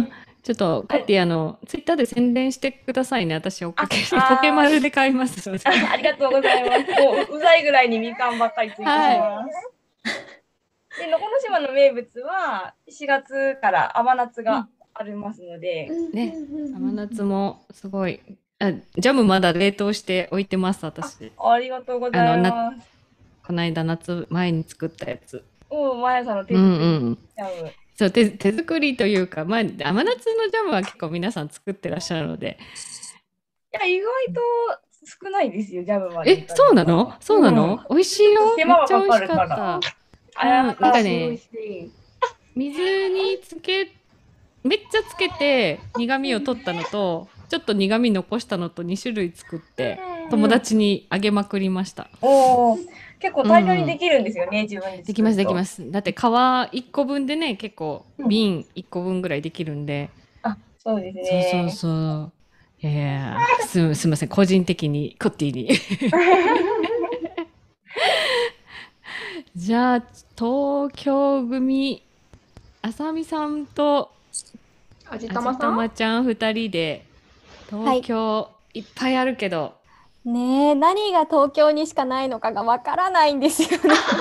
ちょっとコッティあのツイッターで宣伝してくださいね。私追っかけてポケマルで買いますので。 あありがとうございます。もううざいぐらいにみかんばっかりついてしまいます。で、のこの島の名物はしがつから甘夏がありますので、 ね、甘夏もすごい。あ、ジャムまだ冷凍して置いてます私。 ありがとうございあのなます。 この間夏前に作ったやつ。 おお、まやさんの手うん作りうん。 ジャム。 そう手手作りというか、まあ甘夏のジャムは結構皆さん作ってらっしゃるので。 いや、意外と少ないですよ、ジャムまで。 え、そうなの？そうなの？美味しいよ。めっ手間はちゃ美味しかっかかるから。 た。うん、なんか美ね、 味しい。 水につけ、めっちゃつけて苦味を取ったのと、ちょっと苦味残したのとに種類作って友達にあげまくりました。 おお、結構大量にできるんですよね、自分で作ると。 できますできます。だって皮いっこぶんでね、結構瓶いっこぶんぐらいできるんで。 あ、そうですそうそうね。 そう。いやいや、すすみません、個人的にコッティに。じゃあ東京組あさみさんとあじあたまさん。 じたまちゃんふたりで東京いっぱいあるけど、 ねえ、何が東京にしかないのかがわからないんですよね。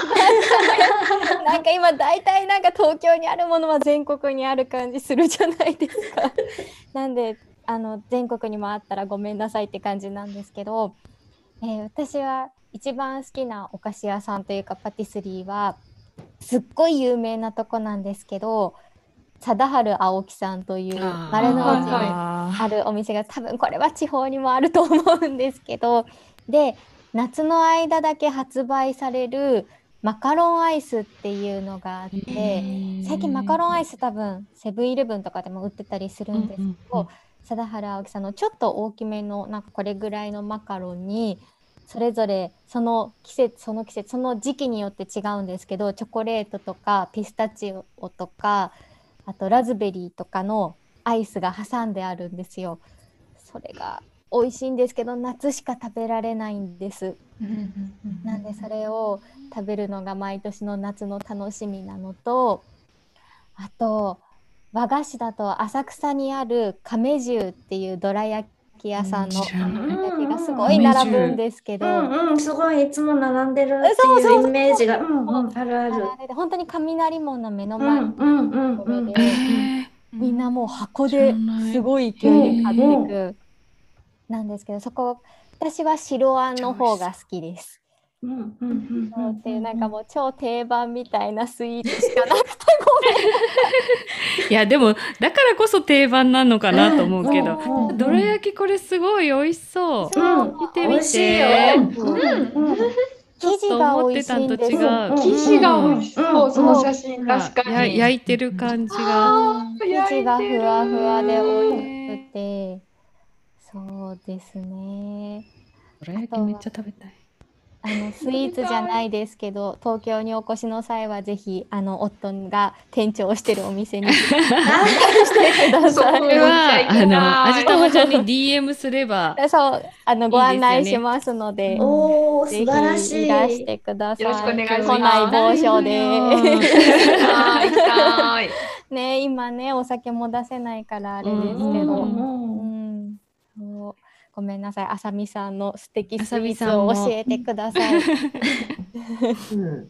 なんか今大体なんか東京にあるものは全国にある感じするじゃないですか。なんであの全国にもあったらごめんなさいって感じなんですけど、えー私は一番好きなお菓子屋さんというかパティスリーはすっごい有名なとこなんですけど、貞治青木さんというあー丸の内にああるお店が多分これは地方にもあると思うんですけど、で夏の間だけ発売されるマカロンアイスっていうのがあって最近マカロンアイス多分セブンイレブンとかでも売ってたりするんですけど、貞治青木さんのちょっと大きめのなんかこれぐらいのマカロンにそれぞれその季節その季節その時期によって違うんですけど、チョコレートとかピスタチオとかあとラズベリーとかのアイスが挟んであるんですよ。それが美味しいんですけど夏しか食べられないんです。なんでそれを食べるのが毎年の夏の楽しみなのと、あと和菓子だと浅草にある亀十っていうどら焼き屋さんの知らない焼きがすごい並ぶんですけど、 うんうん、すごいいつも並んでるってそうそうそういうイメージが、うんうん、あるある。 あれで本当に雷門の目のう前んうんうんうん。 で、 えみんなもう箱知らでないすごい勢いで買っていくなんですけど、そこ私は白あんの方が好きです。 うんうんうんそうっていうなんかもう超定番みたいなスイーツしかなくてごめん。 いやでもだからこそ定番なのかなと思うけど、 うんうんどら焼きこれすごい美味しそう。 うん、 見てみて。 美味しいよ。うんうん生地が美味しいんです。 ちょっと思ってたんと違う。 生地が美味しそう、その写真、確かやに。 焼いてる感じが。 生地がふわふわで美味しくて、そうですね。 どら焼きめっちゃ食べたい。 あのスイーツじゃないですけど、東京にお越しの際はぜひあの夫が店長をしてるお店にしてください。 これはあのあじたまちゃんに ディーエム すれば、 そうあのご案内しますので、 おー、 ぜひ素晴らしい。 いらしてください。 よろしくお願いします都内某所で。 はい、行きたい。 ね、今ねお酒も出せないからあれですけど、うんそうごめんなさい、あさみさんの素敵スイーツを教えてください。 うん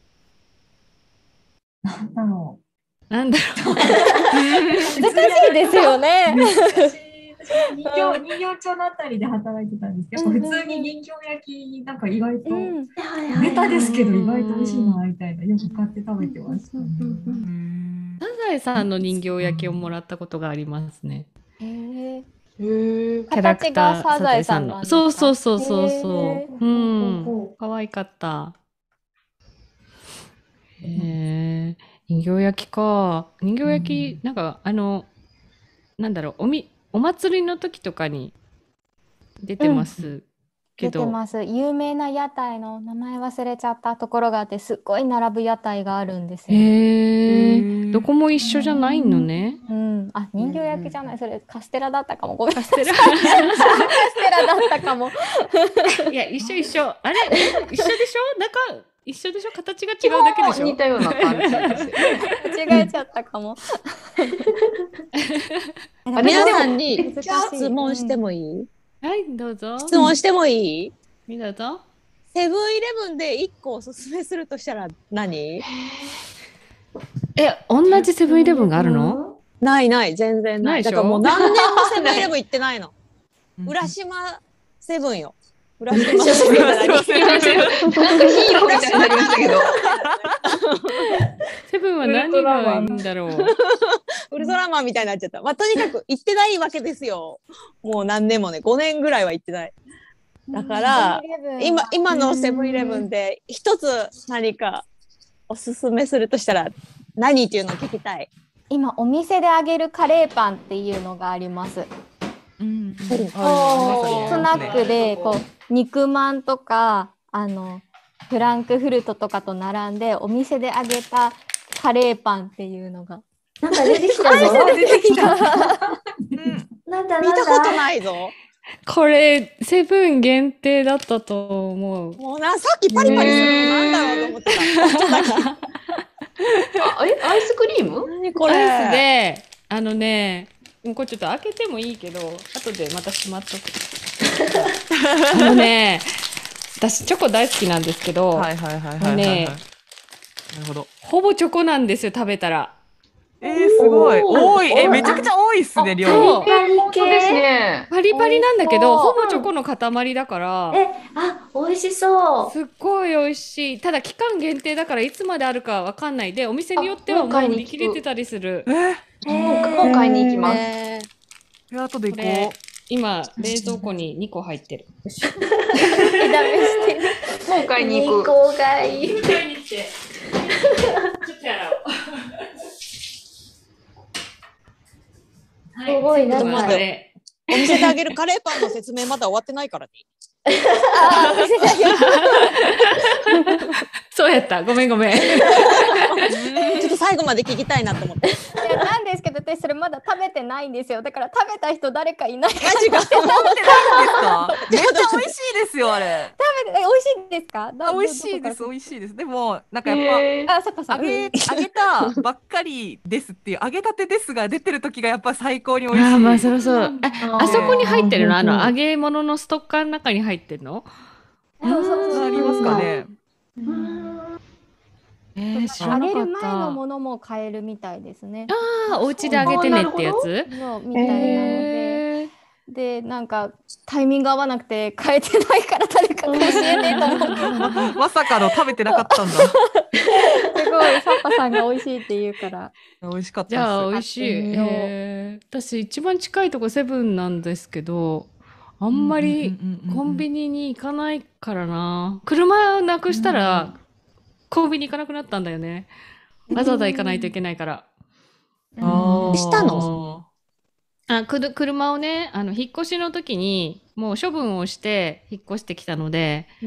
なんだろなんだろう。 難しいですよね。 人形人形町のあたりで働いてたんですけど、普通に人形焼きなんか意外とベタですけど意外と美味しいなみたいな、よく買って食べてましたね。 サザエさんの人形焼きをもらったことがありますね。 へーキャラクター形がサザエさんなんですか？ そうそうそうそうそへう。うん。可愛かった。へえ。人形焼きか。人形焼き、なんかあのなんだろう、おみ、お祭りの時とかに出てますけど。 出てます。有名な屋台の名前忘れちゃったところがあって、すっごい並ぶ屋台があるんですよ。 へえ、どこも一緒じゃないのね。 うん、あ、人形焼きじゃない、それカステラだったかも。ごめんなカステラ。 カステラだったかも。 いや、一緒一緒。あれ、一緒でしょ？なんか一緒でしょ？形が違うだけでしょ？ 似たような感じですよね。 間違えちゃったかも。 皆さんに難しい質問してもいい？ はい、どうぞ。 質問してもいい？ みどうぞ。 セブンイレブンでいっこおすすめするとしたら何？ え、同じセブンイレブンがあるの？ ないない全然ない。 ないでしょだからもう何年もセブンイレブン行ってないの。浦島セブンよ。浦島セブン。なんかヒーローみたいになりましたけど。 セブンは何がいいんだろう。 ウルトラマンみたいになっちゃった。まあとにかく行ってないわけですよ。もう何年もね、ごねんぐらいは行ってない。だから今今のセブンイレブンで一つ何かおすすめするとしたら何っていうのを聞きたい。 今お店であげるカレーパンっていうのがあります。 うん、 スナックでこう肉まんとかあのフランクフルトとかと並んでお店であげたカレーパンっていうのがなんか出てきたぞ。 出てきた。 なんだなんだ。 見たことないぞ。 これセブン限定だったと思う。 もうな、さっきパリパリするのなんだろうと思ってた。 あ、え、アイスクリーム？ 何これ？ アイスで、あのね、これちょっと開けてもいいけど、後でまたしまっとく。あのね、私チョコ大好きなんですけど、 はいはいはいはいはい、 もうね、 なるほど。 ほぼチョコなんですよ、食べたら。 えー、すごい多い。え、めちゃくちゃ多いっすね、量。 そう本当ですね。 パリパリなんだけど、ほぼチョコの塊だから。 え、あ、美味しそう。 すっごい美味しい。ただ期間限定だからいつまであるかわかんないで、お店によってはもう売り切れてたりする。 えー、もう買いに行きます。 えー、後で行こう。 今冷蔵庫ににこ入ってる。 ダメしてる。 もう買いに行く。 にこ買い。 買いに来て。ちょっとやろう。 すごい、なんか。 お店であげるカレーパンの説明まだ終わってないからね。 そうやった。ごめんごめん。 ちょっと最後まで聞きたいなと思って。 いやなんですけど私それまだ食べてないんですよ。だから食べた人誰かいないかマジか。 食べてないんですか？めっちゃ美味しいですよあれ。 食べてえ美味しいですか？ 美味しいです美味しいです。でもなんかやっぱ、 あ、そっかそっか。 揚げ揚げたばっかりですっていう揚げたてですが出てる時がやっぱ最高に美味しい。 あ、まあそろそろ。あ、あそこに入ってるの？あの揚げ物のストッカーの中に入ってるの？ ありますかね。 えー、知ら揚なかった。 げる前のものも買えるみたいですね。 ああ、お家で揚げてねってやつ？ のみたいなので、でなんかタイミング合わなくて買えてないから誰か教えてと思って。 まさかの食べてなかったんだ。 すごいサッパさんが美味しいって言うから。 美味しかったじゃあ美味しい。えー、私一番近いとこセブンなんですけど、あんまりコンビニに行かないからな。車をなくしたらコンビニ行かなくなったんだよね。わざわざ行かないといけないから。 したの？ あ、くる車をね、あの引っ越しの時にもう処分をして引っ越してきたので、 うん、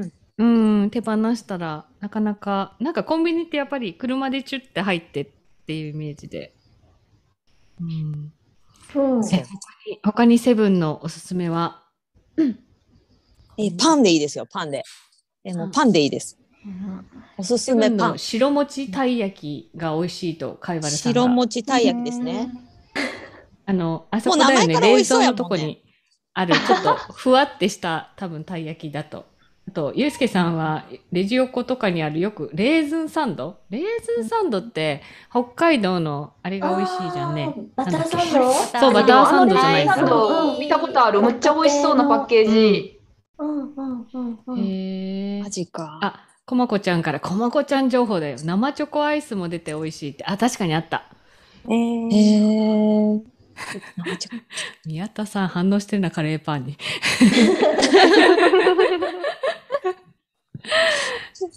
うん手放したらなかなかなんかコンビニってやっぱり車でチュッて入ってっていうイメージで。うんうん、 え他に他にセブンのおすすめは、 うん、えパンでいいですよ。パンでえもうパンでいいです、うん、おすすめパン。 白餅たい焼きが美味しいと貝原さんが。 白餅たい焼きですね。 あのあそこだよね、冷蔵のとこにあるちょっとふわってした多分たい焼きだと。あとゆうすけさんはレジ横とかにあるよくレーズンサンドレーズンサンドって北海道のあれが美味しいじゃんね。 バターサンド？ そうバターサンドじゃないですか。 見たことある。めっちゃ美味しそうなパッケージ。 うんうんうんうん。 へえ。 マジか。 あ、こまこちゃんからこまこちゃん情報だよ。生チョコアイスも出て美味しいって。あ、確かにあった。 えー、 宮田さん反応してるなカレーパンに。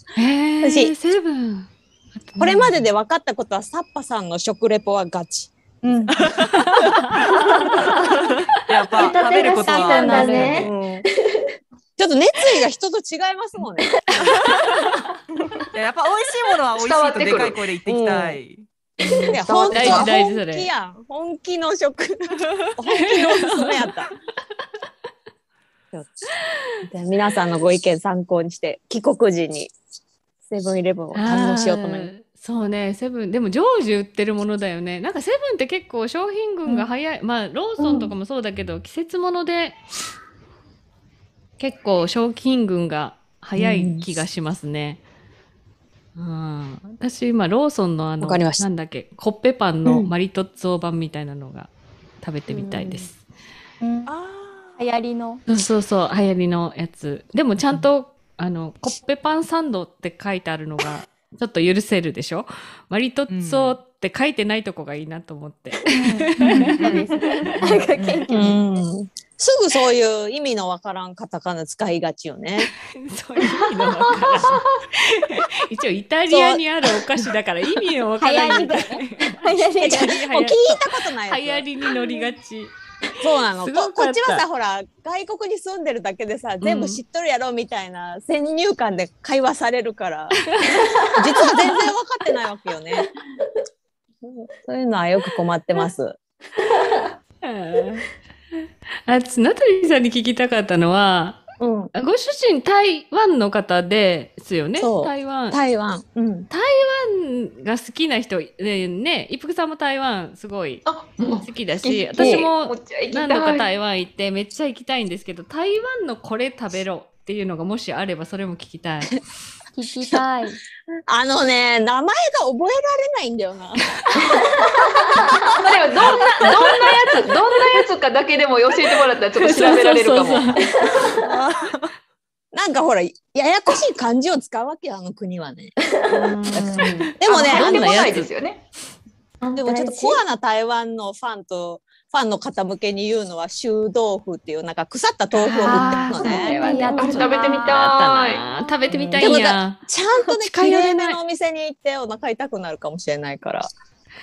えー、セブン。 これまでで分かったことはサッパさんの食レポはガチ。 うん。 やっぱ食べることはなんだね。 うんちょっと熱意が人と違いますもんね。 いややっぱ美味しいものは美味しいとでかい声で言ってきたい。 いや本当大事大事そ本れ気やん。本気の食。本気のおすすめやった。で皆さんのご意見参考にして帰国時にセブンイレブンを堪能しようと思います。 あーそうね、セブンでも常時売ってるものだよね。なんかセブンって結構商品群が早い、まあローソンとかもそうだけど、季節もので結構商品群が早い気がしますね。うん、私今ローソンのあのわかりましたなんだっけコッペパンのマリトッツォ版みたいなのが食べてみたいです。 うん流行りの。 そうそうそう流行りのやつ。でもちゃんとあのコッペパンサンドって書いてあるのがちょっと許せるでしょ。マリトッツォって書いてないとこがいいなと思って。 うんすぐそういう意味のわからんカタカナ使いがちよね。 そういう意味のわからん一応イタリアにあるお菓子だから意味のわからないみたいな。 もう聞いたことない流行りに乗りがち。 そうなのすごかったここっちはさほら外国に住んでるだけでさ全部知っとるやろみたいな先入観で会話されるから実は全然分かってないわけよね。そういうのはよく困ってます。 あつナタリーさんに聞きたかったのは、 うん、 ご主人台湾の方ですよね。 そう台湾台湾、うん、 台湾が好きな人ねね一服さんも台湾すごい好きだし、私も何度か台湾行ってめっちゃ行きたいんですけど、台湾のこれ食べろっていうのがもしあればそれも聞きたい。 聞きたい。 あのね名前が覚えられないんだよな。 まあでもどんなどんなやつどんなやつかだけでも教えてもらったらちょっと調べられるかも。 そうそうそうなんかほらややこしい漢字を使うわけよあの国はね。でもねああののないですよね。 でもちょっとコアな台湾のファンとファンの方向けに言うのは臭豆腐っていうなんか腐った豆腐を売ってるのね。 あれ食べてみたい。 食べてみたいんや。 ちゃんとね綺麗めのお店に行ってお腹痛くなるかもしれないから。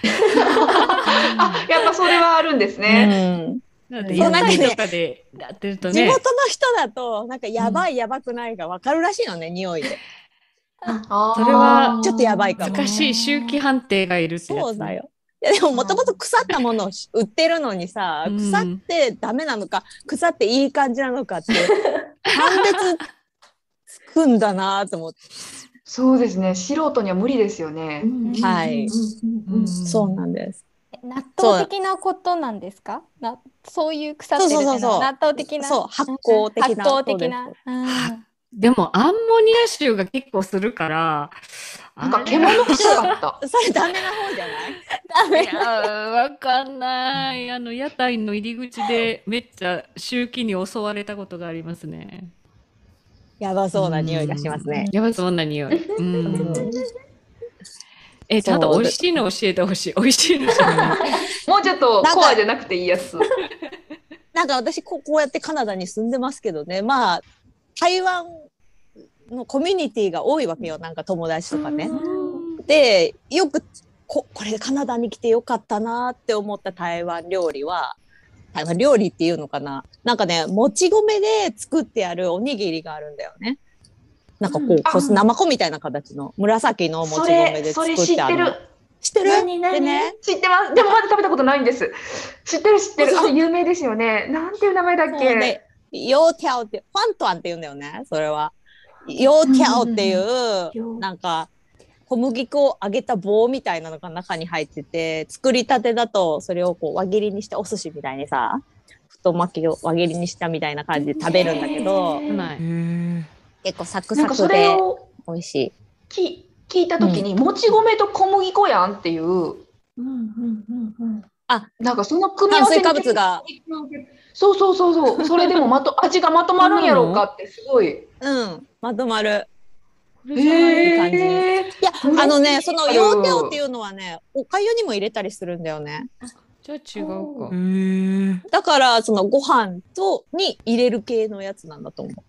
あやっぱそれはあるんですね。 だって屋台とかでやってるとね。 地元の人だとなんかやばいやばくないが分かるらしいのね匂いで。 それはちょっとやばいかも。 難しい周期判定がいるってやつ。 そうだよ。いやでももともと腐ったものを売ってるのにさ、腐ってダメなのか腐っていい感じなのかって判別つくんだなと思って。 そうですね素人には無理ですよね。 はい、そうなんです。 納豆的なことなんですか？なそういう腐ってるっていうのは納豆的な、 そう発酵的な、 発酵的な。 でもアンモニア臭が結構するからなんか獣臭かった。 それダメな方じゃない？ ダメ。 いやわかんない。あの屋台の入り口でめっちゃ周期に襲われたことがありますね。 やばそうな匂いがしますね。 やばそうな匂い。うんえちゃんと美味しいの教えてほしい。美味しいの。もうちょっとコアじゃなくていいやつ。 なんか私こうこうやってカナダに住んでますけどね。まあ台湾のコミュニティが多いわけよ。なんか友達とかね。でよくここれカナダに来てよかったなって思った台湾料理は台湾料理っていうのかな。なんかねもち米で作ってあるおにぎりがあるんだよね。なんかこう、うん、生子みたいな形の紫のもち米で作ってある。それ知ってる。知ってる？ 何何？でね、知ってます。でもまだ食べたことないんです。知ってる知ってる。あれ有名ですよね。なんていう名前だっけ？ ね、ヨーテャオってファントアンって言うんだよね。それはヨーテャオっていう、うん、なんか小麦粉を揚げた棒みたいなのが中に入ってて、作りたてだとそれをこう輪切りにしてお寿司みたいにさ、太巻きを輪切りにしたみたいな感じで食べるんだけど。結構サクサクで美味しい。 き聞いた時に、うん、もち米と小麦粉やんっていう、うんうんうんうん、あなんかその組み合わせ炭水化物がそうそうそうそうそれでもまと味がまとまるんやろうかってすごい、 うん、まとまる。 へー、 いい感じ。いやあのねそのヨーテオっていうのはねおかゆにも入れたりするんだよね。 じゃあ違うか。だからそのご飯とに入れる系のやつなんだと思う。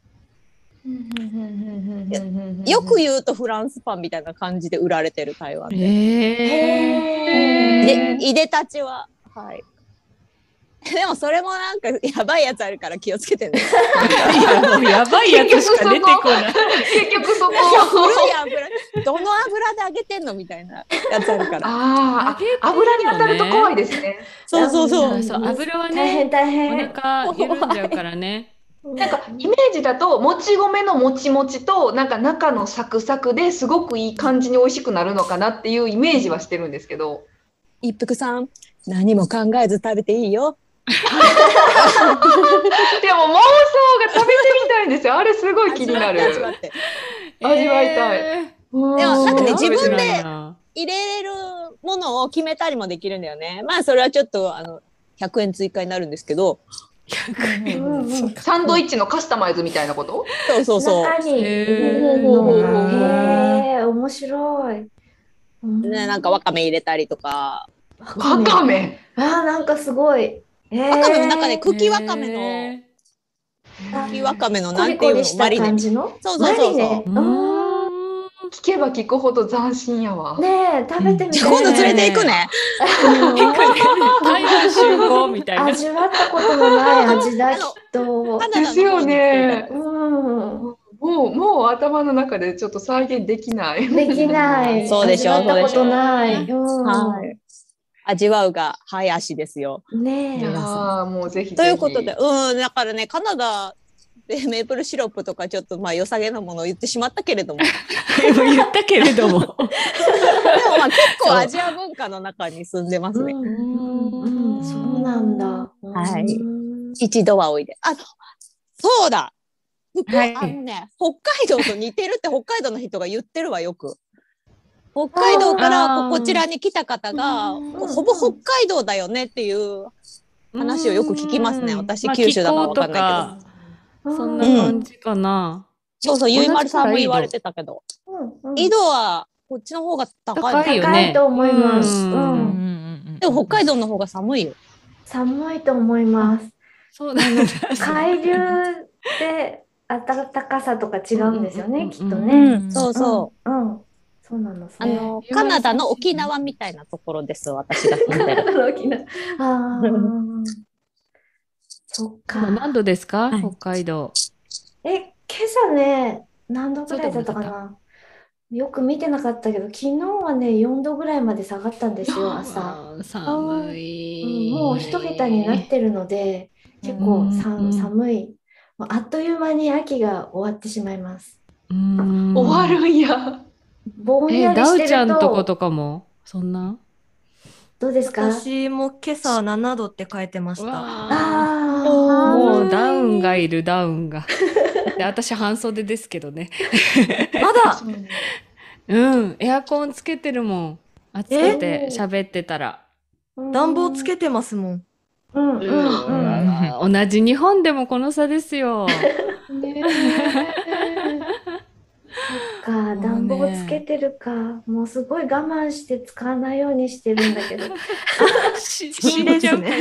よく言うとフランスパンみたいな感じで売られてる台湾で。 へでいでたちははい。でもそれもなんかやばいやつあるから気をつけてね。 いやもうやばいやつしか出てこない。 結局そこ。 古い油、どの油で揚げてんのみたいなやつあるから。 ああ、油に当たると怖いですね。 そうそうそう。 そうそう油はね、 大変大変。 お腹緩んじゃうからね。 なんかイメージだともち米のもちもちとなんか中のサクサクですごくいい感じに美味しくなるのかなっていうイメージはしてるんですけど。 一服さん、何も考えず食べていいよ。 でも妄想が食べてみたいんですよ。あれすごい気になる。 味わって味わいたい。 でもなんかね、自分で入れるものを決めたりもできるんだよね。まあそれはちょっとあのひゃくえん追加になるんですけど。 サンドイッチのカスタマイズみたいなこと？ そうそうそう。 中に入れるの。へえ、面白い。 ね、なんかわかめ入れたりとか。 わかめ。 あー、なんかすごい。 わかめの中で茎わかめの茎わかめのなんていうのマリネ。そうそうそうそう。 聞けば聞くほど斬新やわ。 ねえ、食べてみて。 今度連れて行くね。 台湾集合みたいな。 味わったことのない味だきっと。 ですよね。もうもう頭の中でちょっと再現できない。 できない。 そうでしょ。 味わったことない。 はい。味わうが早足ですよ。 ねえ。 ああ、もうぜひ。 ということで、うん、だからね、カナダでメープルシロップとかちょっとまあ良さげなものを言ってしまったけれども。 言ったけれども。でもまあ結構アジア文化の中に住んでますね。 うん、そうなんだ。 はい。一度はおいで。あ、そうだ。はい、あのね、北海道と似てるって北海道の人が言ってるわよく。北海道からこちらに来た方がほぼ北海道だよねっていう話をよく聞きますね。私、九州だから分かんないけど。 そんな感じかな。 そうそう、ゆいまるさんも言われてたけど。緯度はこっちの方が高い。 高いと思います。 でも北海道の方が寒いよ。 寒いと思います。 そうなんだ。 海流で暖かさとか違うんですよね、きっとね。 そうそう。 うん。そうなの。 あのカナダの沖縄みたいなところです。私が住んでる。 カナダの沖縄。ああ。そっか。 何度ですか、北海道。 え、今朝ね、何度ぐらいだったかな。よく見てなかったけど、昨日はね、よんどぐらいまで下がったんですよ、朝。 寒い。 もう一桁になってるので、結構寒い。あっという間に秋が終わってしまいます。 終わるんや。 ぼんやりしてると。 ダウちゃんとことかもそんな？ どうですか？ 私も今朝ななどって書いてました。 ああ、 もうダウンがいる、ダウンが。で、私半袖ですけどね。 まだうん、エアコンつけてるもん。暑くて喋ってたら。 暖房つけてますもん。 うんうんうん。同じ日本でもこの差ですよ。 そっか、暖房つけてるか。もうすごい我慢して使わないようにしてるんだけど。 死んじゃうから。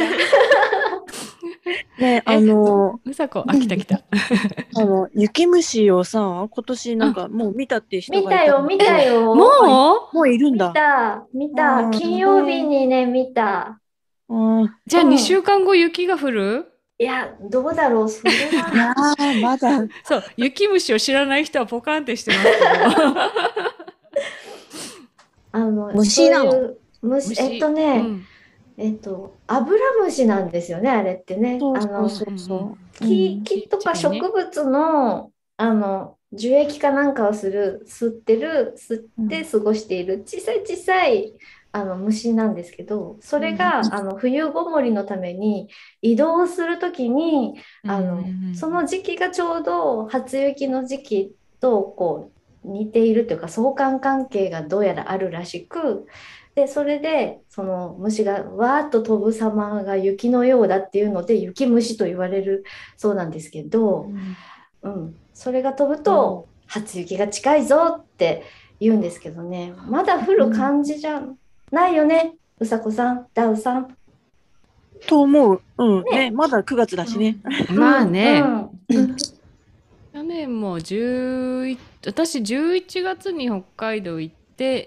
ね、あの、 うさこ、あ、来た来た。 あの、雪虫をさ、今年なんかもう見たっていう人がいた。 見たよ、見たよ。 もうもういるんだ。 見た、見た。金曜日にね、見た。 じゃあにしゅうかんご雪が降る？ いや、どうだろう、それは。 いやー、まだ。 そう、雪虫を知らない人はポカンってしてますけど。 あの、 虫なの？ 虫、えっとね、うんえっと、アブラムシなんですよね、あれってね。 そうそうそうそう。 木、木とか植物の、あの、樹液かなんかをする、吸ってる、吸って過ごしている、小さい小さい、あの、虫なんですけど、それが、あの、冬ごもりのために移動するときに、あの、その時期がちょうど初雪の時期と、こう、似ているというか、相関関係がどうやらあるらしく、でそれでその虫がわーっと飛ぶ様が雪のようだっていうので雪虫と言われるそうなんですけど、うんうん、それが飛ぶと初雪が近いぞって言うんですけどね、まだ降る感じじゃないよね、うさこさん、ダウさん。 と思う。うんね、ね、まだくがつだしね。 うん、まあね。うん、去年もじゅういち私じゅういちがつに北海道行って行って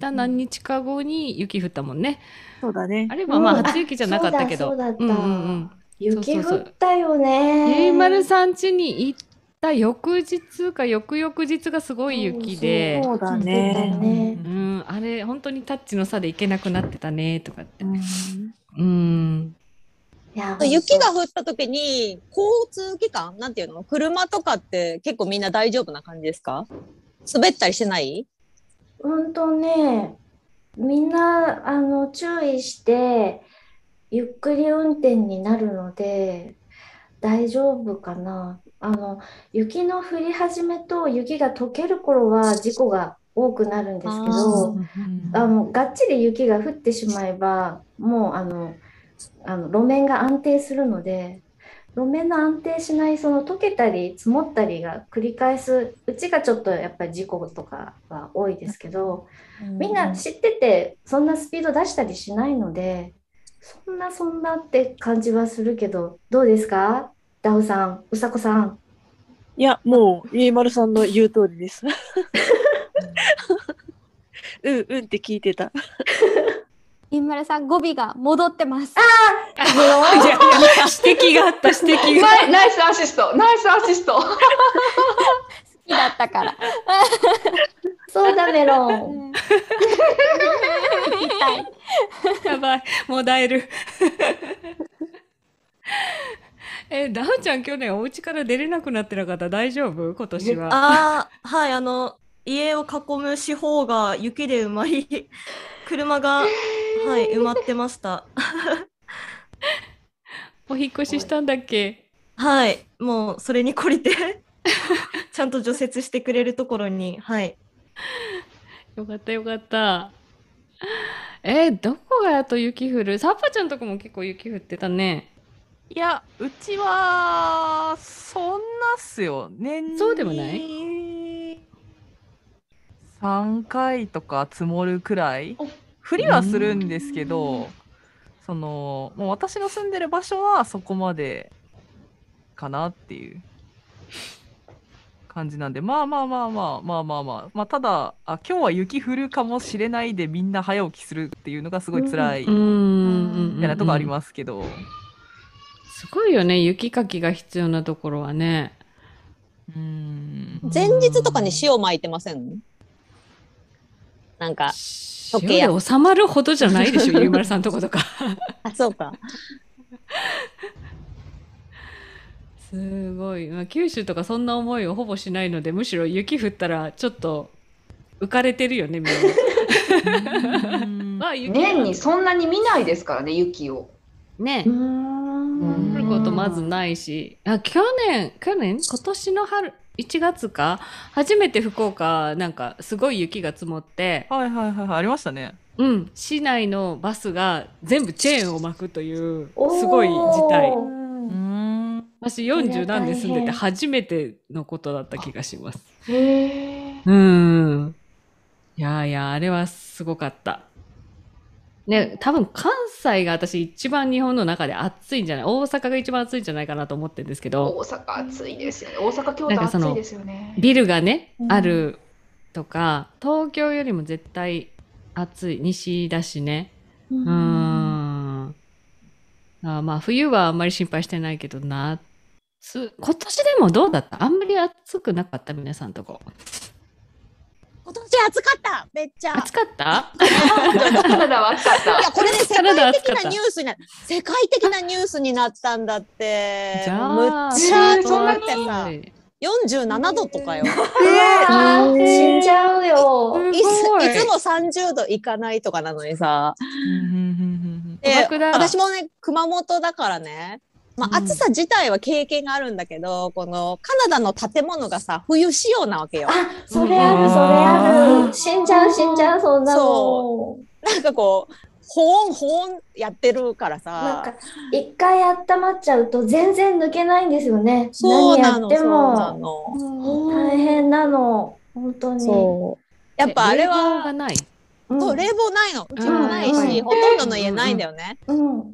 た何日か後に雪降ったもんね。 そうだね。 あれはまあうん初雪じゃなかったけど。 そうだそうだったうんうんうん。 雪そうそうそう降ったよね。 ゆいまるさん家に行った翌日か翌々日がすごい雪で、 そうだそうだね。 ね。 うん、あれ本当にタッチの差で行けなくなってたねとかって。 うんうん。 いや雪が降った時に交通機関なんていうの車とかって結構みんな大丈夫な感じですか？滑ったりしてない？ うんとね、みんなあの注意してゆっくり運転になるので大丈夫かな。あの雪の降り始めと雪が溶ける頃は事故が多くなるんですけど、あのがっちり雪が降ってしまえばもうあのあの路面が安定するので、路面の安定しないその溶けたり積もったりが繰り返すうちがちょっとやっぱり事故とかは多いですけど、みんな知っててそんなスピード出したりしないので、そんなそんなって感じはするけど、どうですかダウさん、うさこさん。 いや、もう、ゆいまるさんの言う通りです。うんうんって聞いてた。 ゆいまるさん語尾が戻ってます。 いやいや指摘があった指摘が。 ナイナイスアシスト、ナイスアシスト。 好きだったから。 そうだメロン。 聞きたい。 やばい、もだえる。え、ダウちゃん去年お家から出れなくなってなかった？大丈夫？今年は。 ああ、はい、あの、家を囲む四方が雪で埋まり、車が、はい、埋まってました。 お引っ越ししたんだっけ？ はい、もうそれに懲りて、ちゃんと除雪してくれるところに、はい。 よかったよかった。えーどこがやっと雪降る？サッパちゃんとこも結構雪降ってたね。 いや、うちは、そんなっすよ。年にそうでもないさんかいとか積もるくらい。降りはするんですけど、その、もう私の住んでる場所はそこまでかなっていう感じなんで、まあまあまあまあまあまあまあ、まあただ、あ、今日は雪降るかもしれないでみんな早起きするっていうのがすごい辛い、 うんうんみたいなとこありますけど。 すごいよね、雪かきが必要なところはね。 うん。 前日とかに塩巻いてません？なんか塩で収まるほどじゃないでしょ、ゆいまるさんとことか。 あ、そうか。 すごい、まあ、九州とかそんな思いをほぼしないので、むしろ雪降ったらちょっと浮かれてるよね、みんな。まあ、雪年にそんなに見ないですからね、雪を。 ね、降ることまずないし、あ、去年去年今年の春いちがつか初めて福岡なんかすごい雪が積もって、 はいはいはいはい、ありましたね。 うん、市内のバスが全部チェーンを巻くというすごい事態。私よんじゅう何で住んでて初めてのことだった気がします。 へうん。いやいや、あれはすごかった。ね、多分関西が私一番日本の中で暑いんじゃない、大阪が一番暑いんじゃないかなと思ってるんですけど、 大阪暑いですよね。大阪、京都なんかその暑いですよね。 ビルがね、 うんあるとか、東京よりも絶対暑い、西だしね。 ううーん。あ、まあ冬はあんまり心配してないけど、夏、今年でもどうだった？あんまり暑くなかった？皆さんとこ。 今年暑かっためっちゃ暑かった？ カナダは暑かった。 いや、これね、世カナダ界的暑かったなニュースにな世界的なニュースになったんだって。 じゃあ、 むっちゃ暑そんなくてさ、よんじゅうななどとかよ。 あー死んじゃうよ。 いついつもさんじゅうどいかないとかなのにさ。で砂漠だ私もね、熊本だからね、まあ、暑さ自体は経験があるんだけど、このカナダの建物がさ、冬仕様なわけよ。 あ、それある、それある。死んじゃう、死んじゃう、そんなの。 そなんかこう、保温、保温やってるからさ。 なんか、一回温まっちゃうと全然抜けないんですよね。 そうなの、 何やってそうなも。 の。 うん大変なの。本当に。 そう。やっぱあれ冷房は、 がない。 うんそう、冷房ないの。うちもないし、 うんほとんどの家ないんだよね。 うん。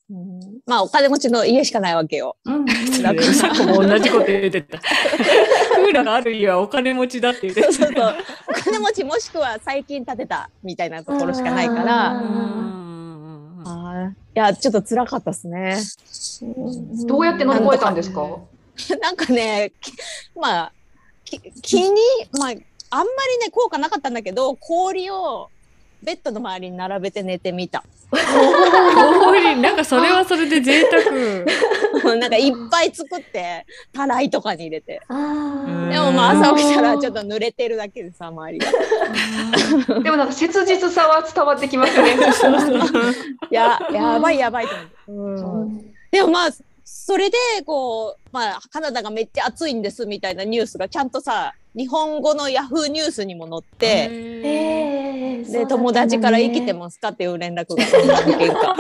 うんまあお金持ちの家しかないわけよ。 うんうんだからさっきも同じこと言ってた。クーラーがある家はお金持ちだって言ってた。 そうそうそうお金持ちもしくは最近建てたみたいなところしかないからああーいやちょっと辛かったですね。 どうやって乗り越えたんですか？ なんかねきまあき気にまああんまりね効果なかったんだけど氷をベッドの周りに並べて寝てみた。 氷なんかそれはそれで贅沢。 なんかいっぱい作ってたらいとかに入れて。 あでもまあ朝起きたらちょっと濡れてるだけでさ周りが。 でもなんか切実さは伝わってきますね。 いややばいやばいと思って。うんでもまあそれでこうまあカナダがめっちゃ暑いんですみたいなニュースがちゃんとさ日本語のヤフーニュースにも載ってえー、 で友達から生きてますかっていう連絡が何件か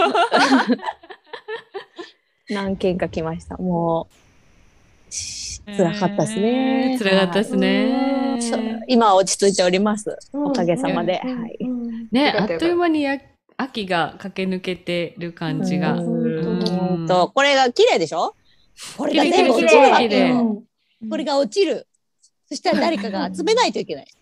何件か来ました。もう辛かったですね。 えー辛かったですね。 そう今は落ち着いております。おかげさまで。 うんはい。 ね、 よかったよかったあっという間にや秋が駆け抜けてる感じが。 うんとこれが綺麗でしょ？これが全部落綺麗ちるわけ綺麗よ。これが落ちる。そしたら誰かが集めないといけない。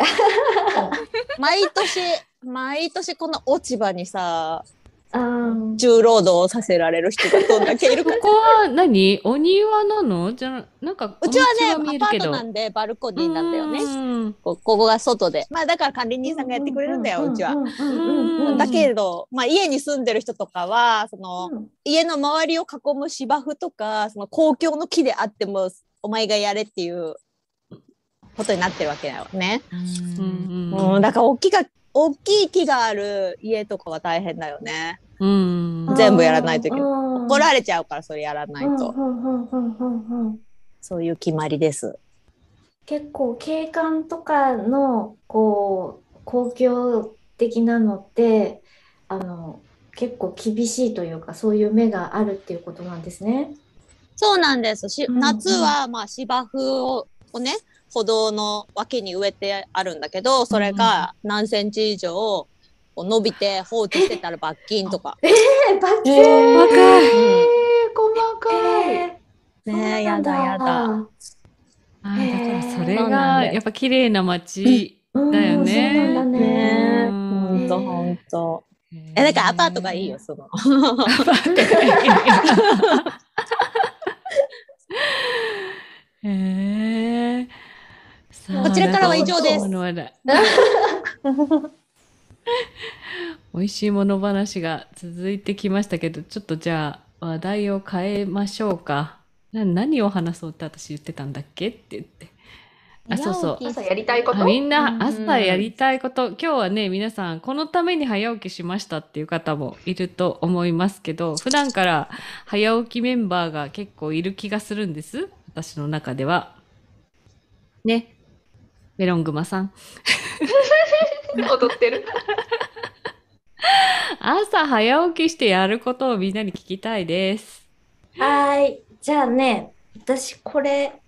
毎年毎年この落ち葉にさ重労働をさせられる人がどんだけいるか。 ここは何？お庭なの？じゃなんかうちはお家見えるけどねアパートなんでバルコニーなんだよね。 うんこここが外で、まあだから管理人さんがやってくれるんだよ、うちは。 うんだけど、まあ家に住んでる人とかは、その、家の周りを囲む芝生とか、その公共の木であっても、お前がやれっていうことになってるわけだよね。 うんうん、だから大きが大きい木がある家とかは大変だよね。 うん全部やらないといけない。怒られちゃうから、それやらないと。 うんそういう決まりです。 結構景観とかのこう公共的なのってあの結構厳しいというかそういう目があるっていうことなんですね。 そうなんです。しうんうん夏はまあ芝生ををね歩道の脇に植えてあるんだけど、それが何センチ以上こう伸びて放置してたら罰金とか。 えー、罰金、 細かい。 えー、細かい。 えー、 ねえやだやだ。 あーだからそれそうなんだよがやっぱ綺麗な街だようんそうなんね。 だね。 ねえ、 うんほんとほんと。え、だからアパートがいいよ、その。 へえ。さあこちらからは以上ですなんか美味しいもの話題美味しいもの話が続いてきましたけど、ちょっとじゃあ話題を変えましょうか。な何を話そうって私言ってたんだっけって言って。あ、そうそう。 朝やりたいことあみんな朝やりたいこと、今日はね、皆さんこのために早起きしましたっていう方もいると思いますけど、普段から早起きメンバーが結構いる気がするんです。私の中では。ね。メロングマさん。 踊ってる。 朝早起きしてやることをみんなに聞きたいです。 はーい。じゃあね、私これ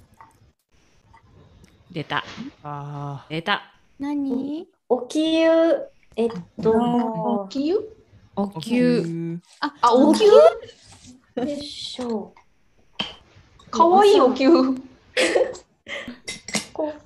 出た。 あ出た。 何？ おきゆ、えっと、 おきゆ？ おーきゅう。 あ、おきゅう？ よいしょ。 かわいいおきゅう。 こう、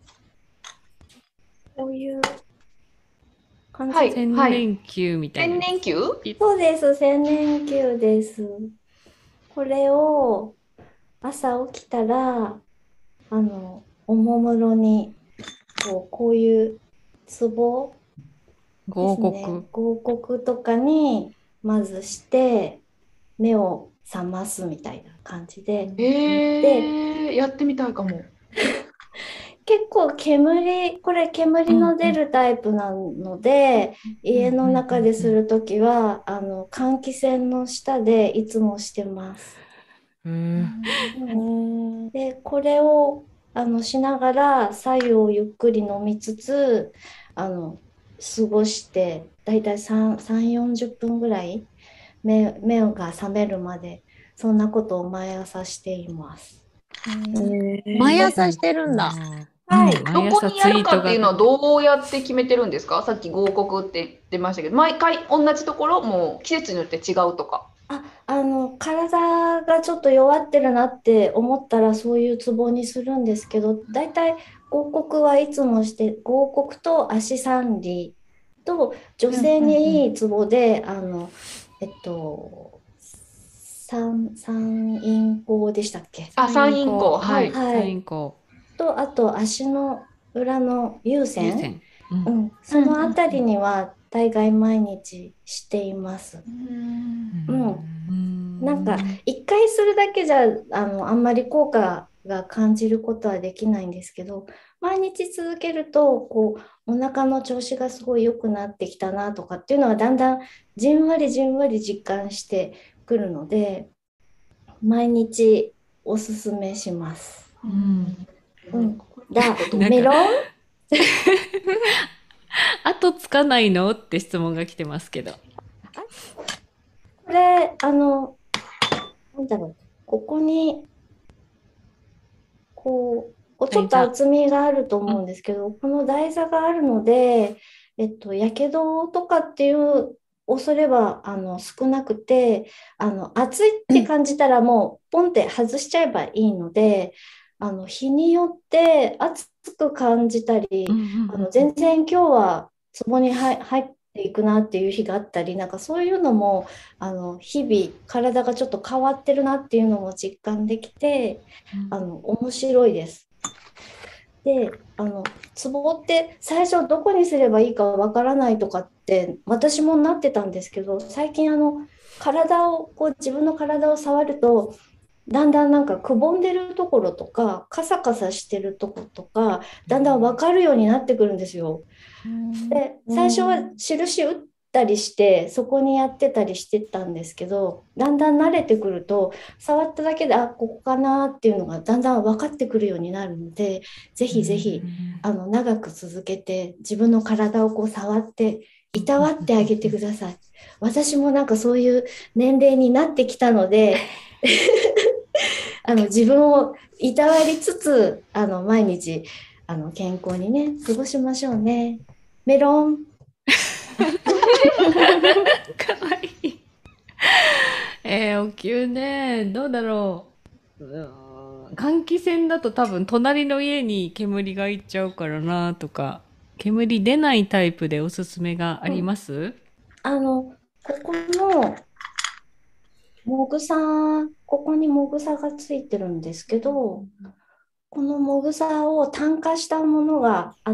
こういう感じ。 はい千年休みたいな。 千年休？ そうです、千年休です。これを朝起きたら、あの、おもむろに、こう、こういう壺合ですね、 谷。 合谷とかにまずして目を覚ますみたいな感じで、 えー、やってみたいかも。 結構煙、これ煙の出るタイプなので、家の中でするときはあの換気扇の下でいつもしてます。 ーで、これをあのしながら白湯をゆっくり飲みつつあの過ごして、だいたいさん、よんじゅっぷんぐらい 目、目が覚めるまでそんなことを毎朝しています。 毎朝してるんだ。 はい。 うん、 ど毎朝こにやるツイートかっていうのはが。 どうやって決めてるんですか？さっき合谷って言ってましたけど、毎回同じところ、もう季節によって違うとか。 あ、あの、体がちょっと弱ってるなって思ったらそういうツボにするんですけど、だいたい合谷はいつもして、合谷と足三里と女性にいいツボで、あの、えっと、三、三陰交でしたっけ？ あ、三陰交、 は、 はいい。 三はい。 陰交。 と、あと足の裏の有優線、 先。うんうん、そのあたりには大概毎日しています。うん。 うんなんか一回するだけじゃあのあんまり効果が感じることはできないんですけど、毎日続けるとこうお腹の調子がすごい良くなってきたなとかっていうのはだんだんじんわりじんわり実感してくるので、毎日おすすめします。 うんうん、だなんかメロン後つかないのって質問が来てますけど。 これあのなんだろう、ここにこう、こうちょっと厚みがあると思うんですけど、この台座があるので、えっと、やけどとかっていう恐れはあの少なくて、あの熱いって感じたらもうポンって外しちゃえばいいので、あの日によって熱く感じたり、あの全然今日は壺に入入っていくなっていう日があったり、なんかそういうのもあの日々体がちょっと変わってるなっていうのも実感できて、あの面白いです。で、あのツボって最初どこにすればいいかわからないとかって私もなってたんですけど、最近あの体をこう自分の体を触るとだんだんなんかくぼんでるところとかカサカサしてるところとかだんだん分かるようになってくるんですよ。で、最初は印打ったりしてそこにやってたりしてたんですけど、だんだん慣れてくると触っただけであここかなっていうのがだんだん分かってくるようになるので、ぜひぜひあの長く続けて自分の体をこう触っていたわってあげてください。私もなんかそういう年齢になってきたのであの自分をいたわりつつあの毎日あの健康にね過ごしましょうね。メロンかわいい。えー、お灸ね、どうだろう。うーん換気扇だと多分隣の家に煙がいっちゃうからなとか、煙出ないタイプでおすすめがあります？うん、 あのここのもぐさ、ここにもぐさがついてるんですけど、このもぐさを炭化したものがあって、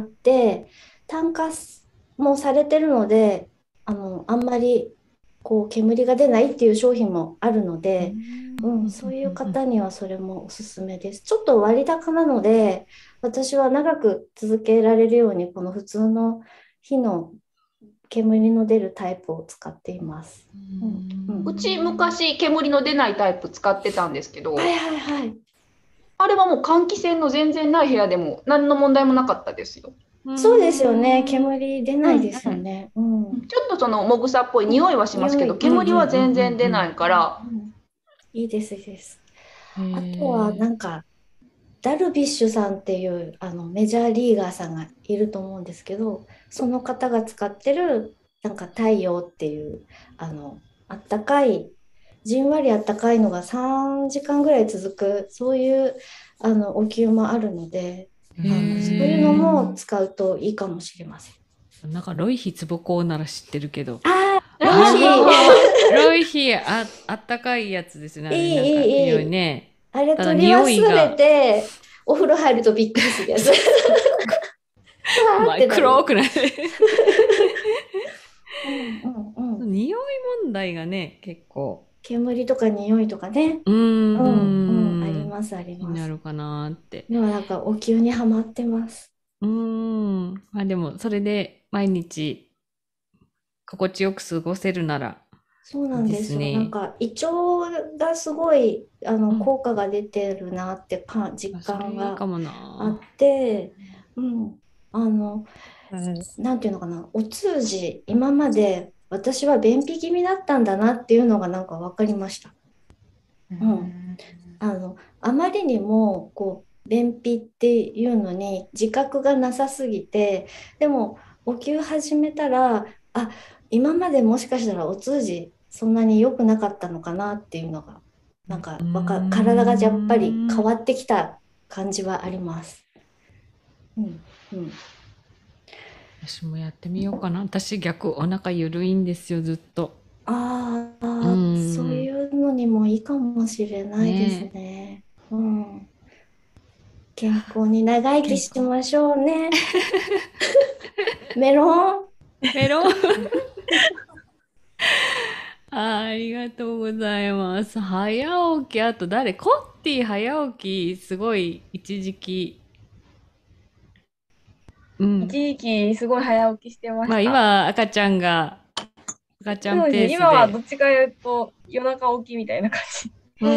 炭化もされてるので、あのあんまりこう煙が出ないっていう商品もあるので、うん、そういう方にはそれもおすすめです。ちょっと割高なので、私は長く続けられるようにこの普通の火の煙の出るタイプを使っています。 うんうん、うち昔煙の出ないタイプ使ってたんですけど、 はいはいはい、 あれはもう換気扇の全然ない部屋でも何の問題もなかったですよ。 そうですよね、煙出ないですよね。うんうん、ちょっとそのもぐさっぽい匂いはしますけど、煙は全然出ないから、 いいですいいです。あとはなんかダルビッシュさんっていうあのメジャーリーガーさんがいると思うんですけど、その方が使ってるなんか太陽っていうあのあったかいじんわりあったかいのがさんじかんぐらい続く、そういうあのお灸もあるので、あのそういうのも使うといいかもしれません。 なんかロイヒツボコなら知ってるけど。 あロイヒロイヒああったかいやつですね。 いいいいいいね。 あれ取り忘れてお風呂入るとびっくりするやつ。 真っ黒くなる。 うんうんうん、 匂い問題がね結構。 煙とか匂いとかね。 うんうんうん、ありますあります。 気になるかなって。 でもなんかお灸にはまってます。 うん。あでもそれで毎日心地よく過ごせるなら。 そうなんですよ。なんか胃腸がすごいあの効果が出てるなってか実感があって、うん、あの、なんていうのかな、お通じ今まで私は便秘気味だったんだなっていうのがなんか分かりました。うん、あのあまりにもこう便秘っていうのに自覚がなさすぎて、でもお灸始めたら、あ、今までもしかしたらお通じそんなに良くなかったのかなっていうのが、なんかわか体がやっぱり変わってきた感じはあります。うんうん、 私もやってみようかな。私逆お腹ゆるいんですよ、ずっと。 ああ、そういうのにもいいかもしれないですね。ね、うん、健康に長生きしましょうね。メロン。 メロン。あ、ありがとうございます。早起き、あと誰？コッティ早起き、すごい一時期。 うん、一時期すごい早起きしてました。 まあ今赤ちゃんが赤ちゃんペースで。 今はどっちかいうと夜中起きみたいな感じ。 うん。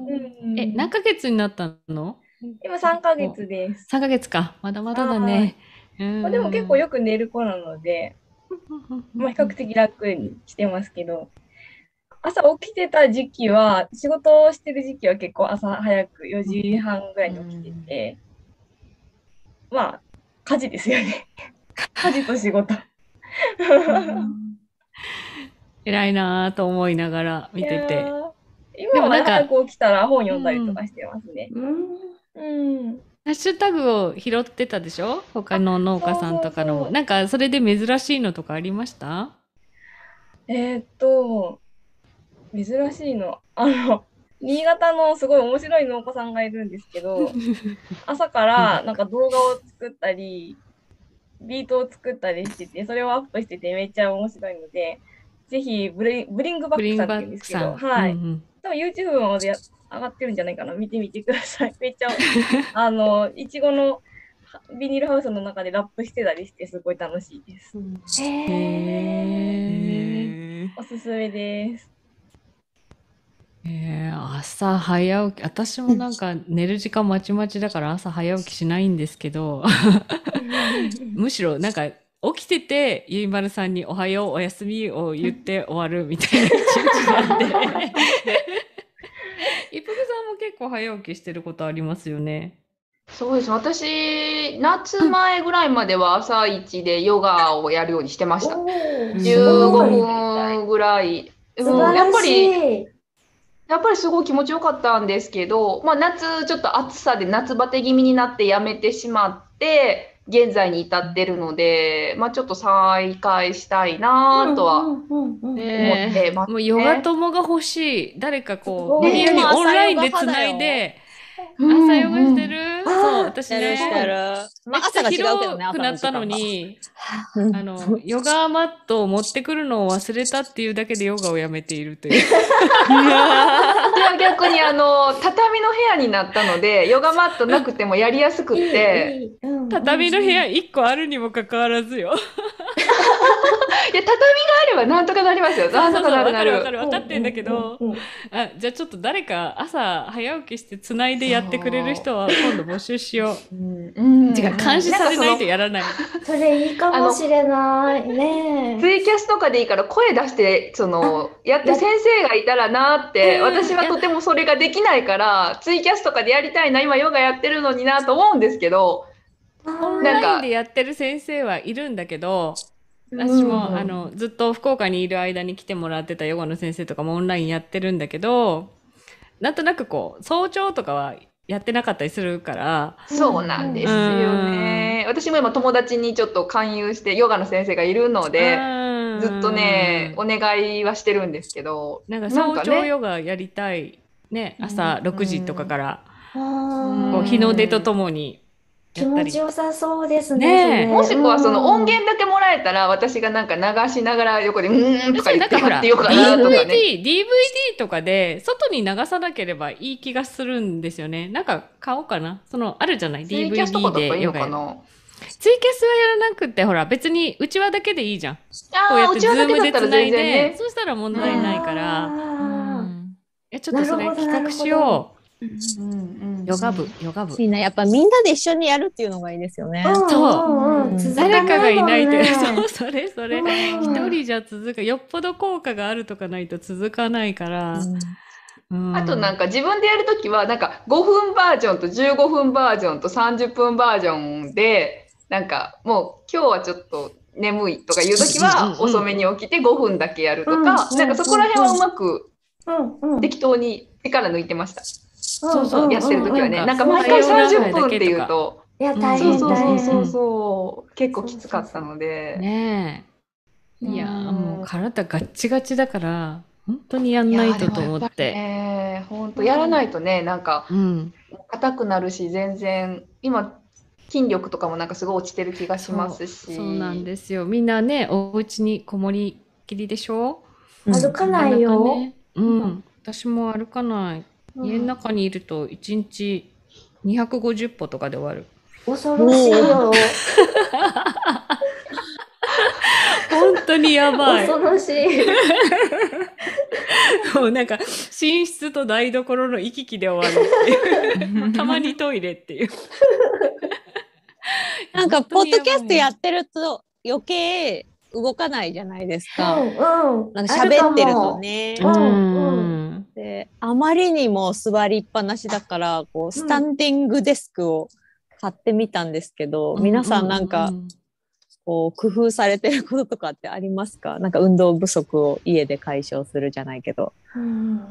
え、何ヶ月になったの？ 今さんかげつです。 さんかげつか。まだまだだね。 まあ、でも結構よく寝る子なので、まあ比較的楽にしてますけど、朝起きてた時期は、仕事をしてる時期は結構朝早くよじはんぐらいに起きてて、まあ、家事ですよね。家事と仕事。 偉いなと思いながら見てて。 今は早く起きたら本読んだりとかしてますね。 うん。ハッシュタグを拾ってたでしょ？他の農家さんとかの。そうそうそう。なんかそれで珍しいのとかありました？ えー、っと、珍しいの。あの、新潟のすごい面白い農家さんがいるんですけど、朝からなんか動画を作ったり、ビートを作ったりしてて、それをアップしててめっちゃ面白いので、ぜひブリ、ブリングバックさんって言うんですけど、はい。うんうん、多分 YouTube まで上がってるんじゃないかな。見てみてください。めっちゃ、あの、いちごのビニールハウスの中でラップしてたりして、すごい楽しいです。へー。おすすめです。 えー、朝早起き、私もなんか寝る時間まちまちだから朝早起きしないんですけど、むしろなんか起きててゆいまるさんにおはようおやすみを言って終わるみたいな一日なんで一服さんも結構早起きしてることありますよね。 そうです。私夏前ぐらいまでは朝一でヨガをやるようにしてました。じゅうごふんぐらい。 素晴らしい。 やっぱりすごい気持ちよかったんですけど、まあ、夏ちょっと暑さで夏バテ気味になってやめてしまって現在に至ってるので、まあ、ちょっと再開したいなとは思ってますね。 もうヨガ友が欲しい。誰かこう無理やりオンラインでつないで朝ヨガしてる？そう、私ね。 まあ朝が違うけどね。 広くなったのに、あのヨガマットを持ってくるのを忘れたっていうだけでヨガをやめているという。 逆にあの畳の部屋になったのでヨガマットなくてもやりやすくって畳の部屋いっこあるにもかかわらずよ。 いや畳があればなんとかなりますよ。なんとかなるなる。 分かる分かってんだけど、あ、じゃあちょっと誰か朝早起きしてつないでやってくれる人は今度募集しよう。うん、違う、監視されないとやらない。 それいいかもしれないね。 ツイキャスとかでいいから声出してそのやって先生がいたらなって、私はとてもそれができないからツイキャスとかでやりたいな、今ヨガやってるのになと思うんですけど、 オンラインでやってる先生はいるんだけど。私も、うん、あのずっと福岡にいる間に来てもらってたヨガの先生とかもオンラインやってるんだけど、なんとなくこう早朝とかはやってなかったりするから。 そうなんですよね。私も今友達にちょっと勧誘してヨガの先生がいるのでずっとねお願いはしてるんですけど、 なんか早朝ヨガやりたいね、朝ろくじとかから、うん、こう日の出とともに気持ちよさそうですね。 もしくはその音源だけもらえたら、私がなんか流しながら横でうーんとか言ってやってようかなとかね。 ディーブイディー、ディーブイディー とかで外に流さなければいい気がするんですよね。なんか買おうかな。そのあるじゃない。ディーブイディー でヨガやる。ツイキャスはやらなくて、ほら別にうちわだけでいいじゃん。こうやってズームでつないで、そうしたら問題ないから。え、ちょっとそれ企画しよう。ヨガ部、ヨガ部。 みんなやっぱみんなで一緒にやるっていうのがいいですよね。 そう。誰かがいないと、そう、それそれ。一人じゃ続く、よっぽど効果があるとかないと続かないから。 あとなんか自分でやるときはなんかごふんバージョンとじゅうごふんバージョンとさんじゅっぷんバージョンでなんかもう今日はちょっと眠いとかいうときは遅めに起きてごふんだけやるとか、なんかそこら辺はうまく適当に力抜いてました。そうそうやってるときはね、なんか毎回さんじゅっぷんっていうと、 いや大変そうそうそう大変。 そう結構きつかったので。 ねえ。いやーもう体ガッチガチだから本当にやんないとと思って。 ね、本当やらないとね、なんか硬くなるし、全然今筋力とかもなんかすごい落ちてる気がしますし。 そう、そうなんですよ。みんなね、お家にこもりきりでしょ。 歩かないよ。 ね、うん、私も歩かない。家の中にいるといちにちにひゃくごじゅっぽとかで終わる。 恐ろしいよ。 本当にやばい。 恐ろしい。 もうなんか寝室と台所の行き来で終わるっていうたまにトイレっていうなんかポッドキャストやってると余計動かないじゃないですか。 うんうん、 なんか喋ってるとね。うんうん、であまりにも座りっぱなしだからこうスタンディングデスクを買ってみたんですけど、うん、皆さんなんか、うんうんうん、こう工夫されてることとかってありますか？なんか運動不足を家で解消するじゃないけど。うん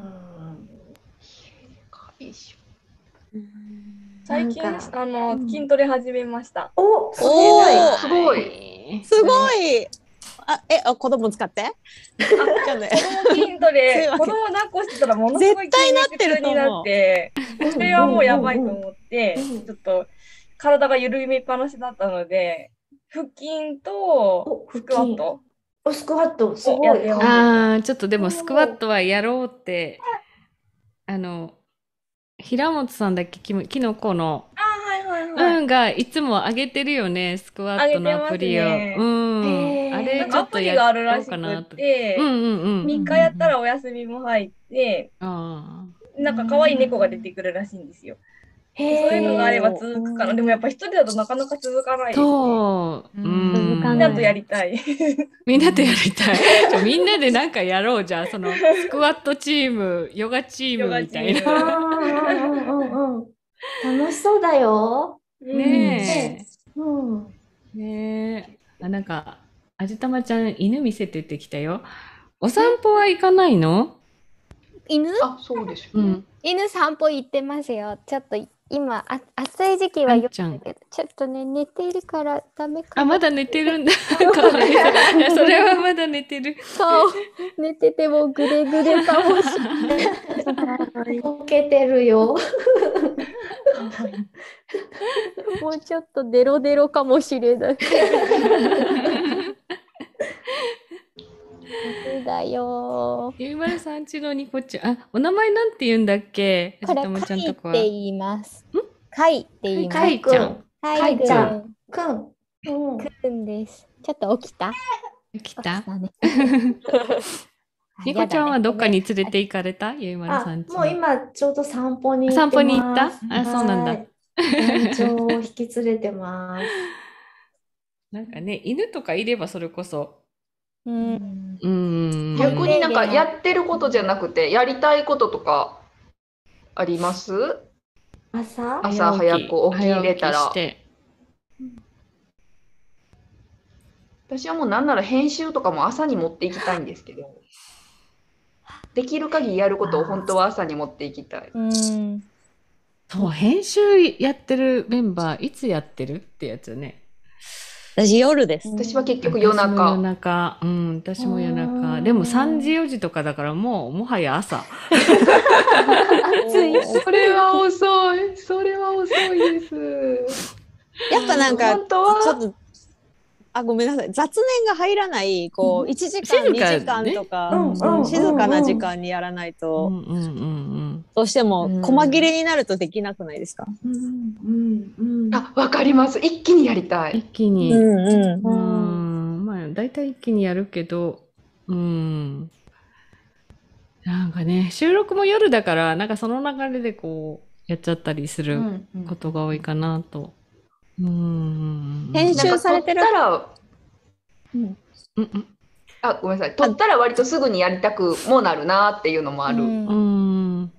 最近あの筋トレ始めました。 お、すごいすごいすごい。あ、え、あ、子供使って？あ、 子供筋トレ、子供抱っこしてたらものすごい筋肉痛になって、それはもうやばいと思って、ちょっと体が緩みっぱなしだったので、腹筋とスクワット。 お、スクワット、すごい。 ああ、ちょっとでもスクワットはやろうって、あの、平本さんだっけ、ききのこの。 あ、はいはいはい。 うんがいつも上げてるよね、スクワットのアプリを。 ね、 うん。あれちょっとやろうかなと。 うんうんうん。みっかやったらお休みも入って、 あなんか可愛い猫が出てくるらしいんですよ。そういうのがあれば続くかな。でもやっぱ一人だとなかなか続かないですね。 そう。うん。 みんなとやりたい。 みんなとやりたい。じゃみんなでなんかやろうじゃあ、そのスクワットチーム、ヨガチームみたいな。 楽しそうだよ。 ねえ。うん。 ねえ。あ、なんか、あじたまちゃん、犬見せてってきたよ。お散歩は行かないの？ 犬？ あ、そうですよ。 うん。 犬散歩行ってますよ。ちょっと今あ暑い時期はよくだけど、ちょっとね寝ているからダメかな。 あ、まだ寝てるんだ。いやそれはまだ寝てる。 そう寝ててもグレグレかもしれない。 こけてるよ。 もうちょっとデロデロかもしれない。だよ。 ゆいまるさんちのニコちゃん、あ、お名前なんて言うんだっけ？ これカイって言います。カイって言います。 カイちゃん。 カイちゃん。 くん。 くんです。ちょっと起きた？ 起きた？ニコちゃんはどっかに連れて行かれた？ゆいまるさんち。 もう今ちょうど散歩に行ってます。 散歩に行った？あ、そうなんだ。 団長を引き連れてます。 なんかね、犬とかいればそれこそ。 うん、 うん逆になんかやってることじゃなくてやりたいこととかあります？ 朝朝早く起きれたら。私はもうなんなら編集とかも朝に持っていきたいんですけど、できる限りやることを本当は朝に持っていきたい。 うん、 そう、編集やってるメンバーいつやってるってやつよね。 私夜です。 私は結局夜中。 夜中、うん、私も夜中。でもさんじよじとかだからもうもはや朝。 それは遅い。それは遅いです。 やっぱなんかちょっとあごめんなさい雑念が入らないこういちじかんにじかんとか静かな時間にやらないとどうしても細切れになるとできなくないですか？ あ、わかります。一気にやりたい。 一気に。 うんうん。 うん、まあ大体一気にやるけど、うん。なんかね、収録も夜だからなんかその流れでこうやっちゃったりすることが多いかなと。うん。 編集されてる。 うんうんあ、ごめんなさい。撮ったら割とすぐにやりたくもなるなっていうのもある。 うん。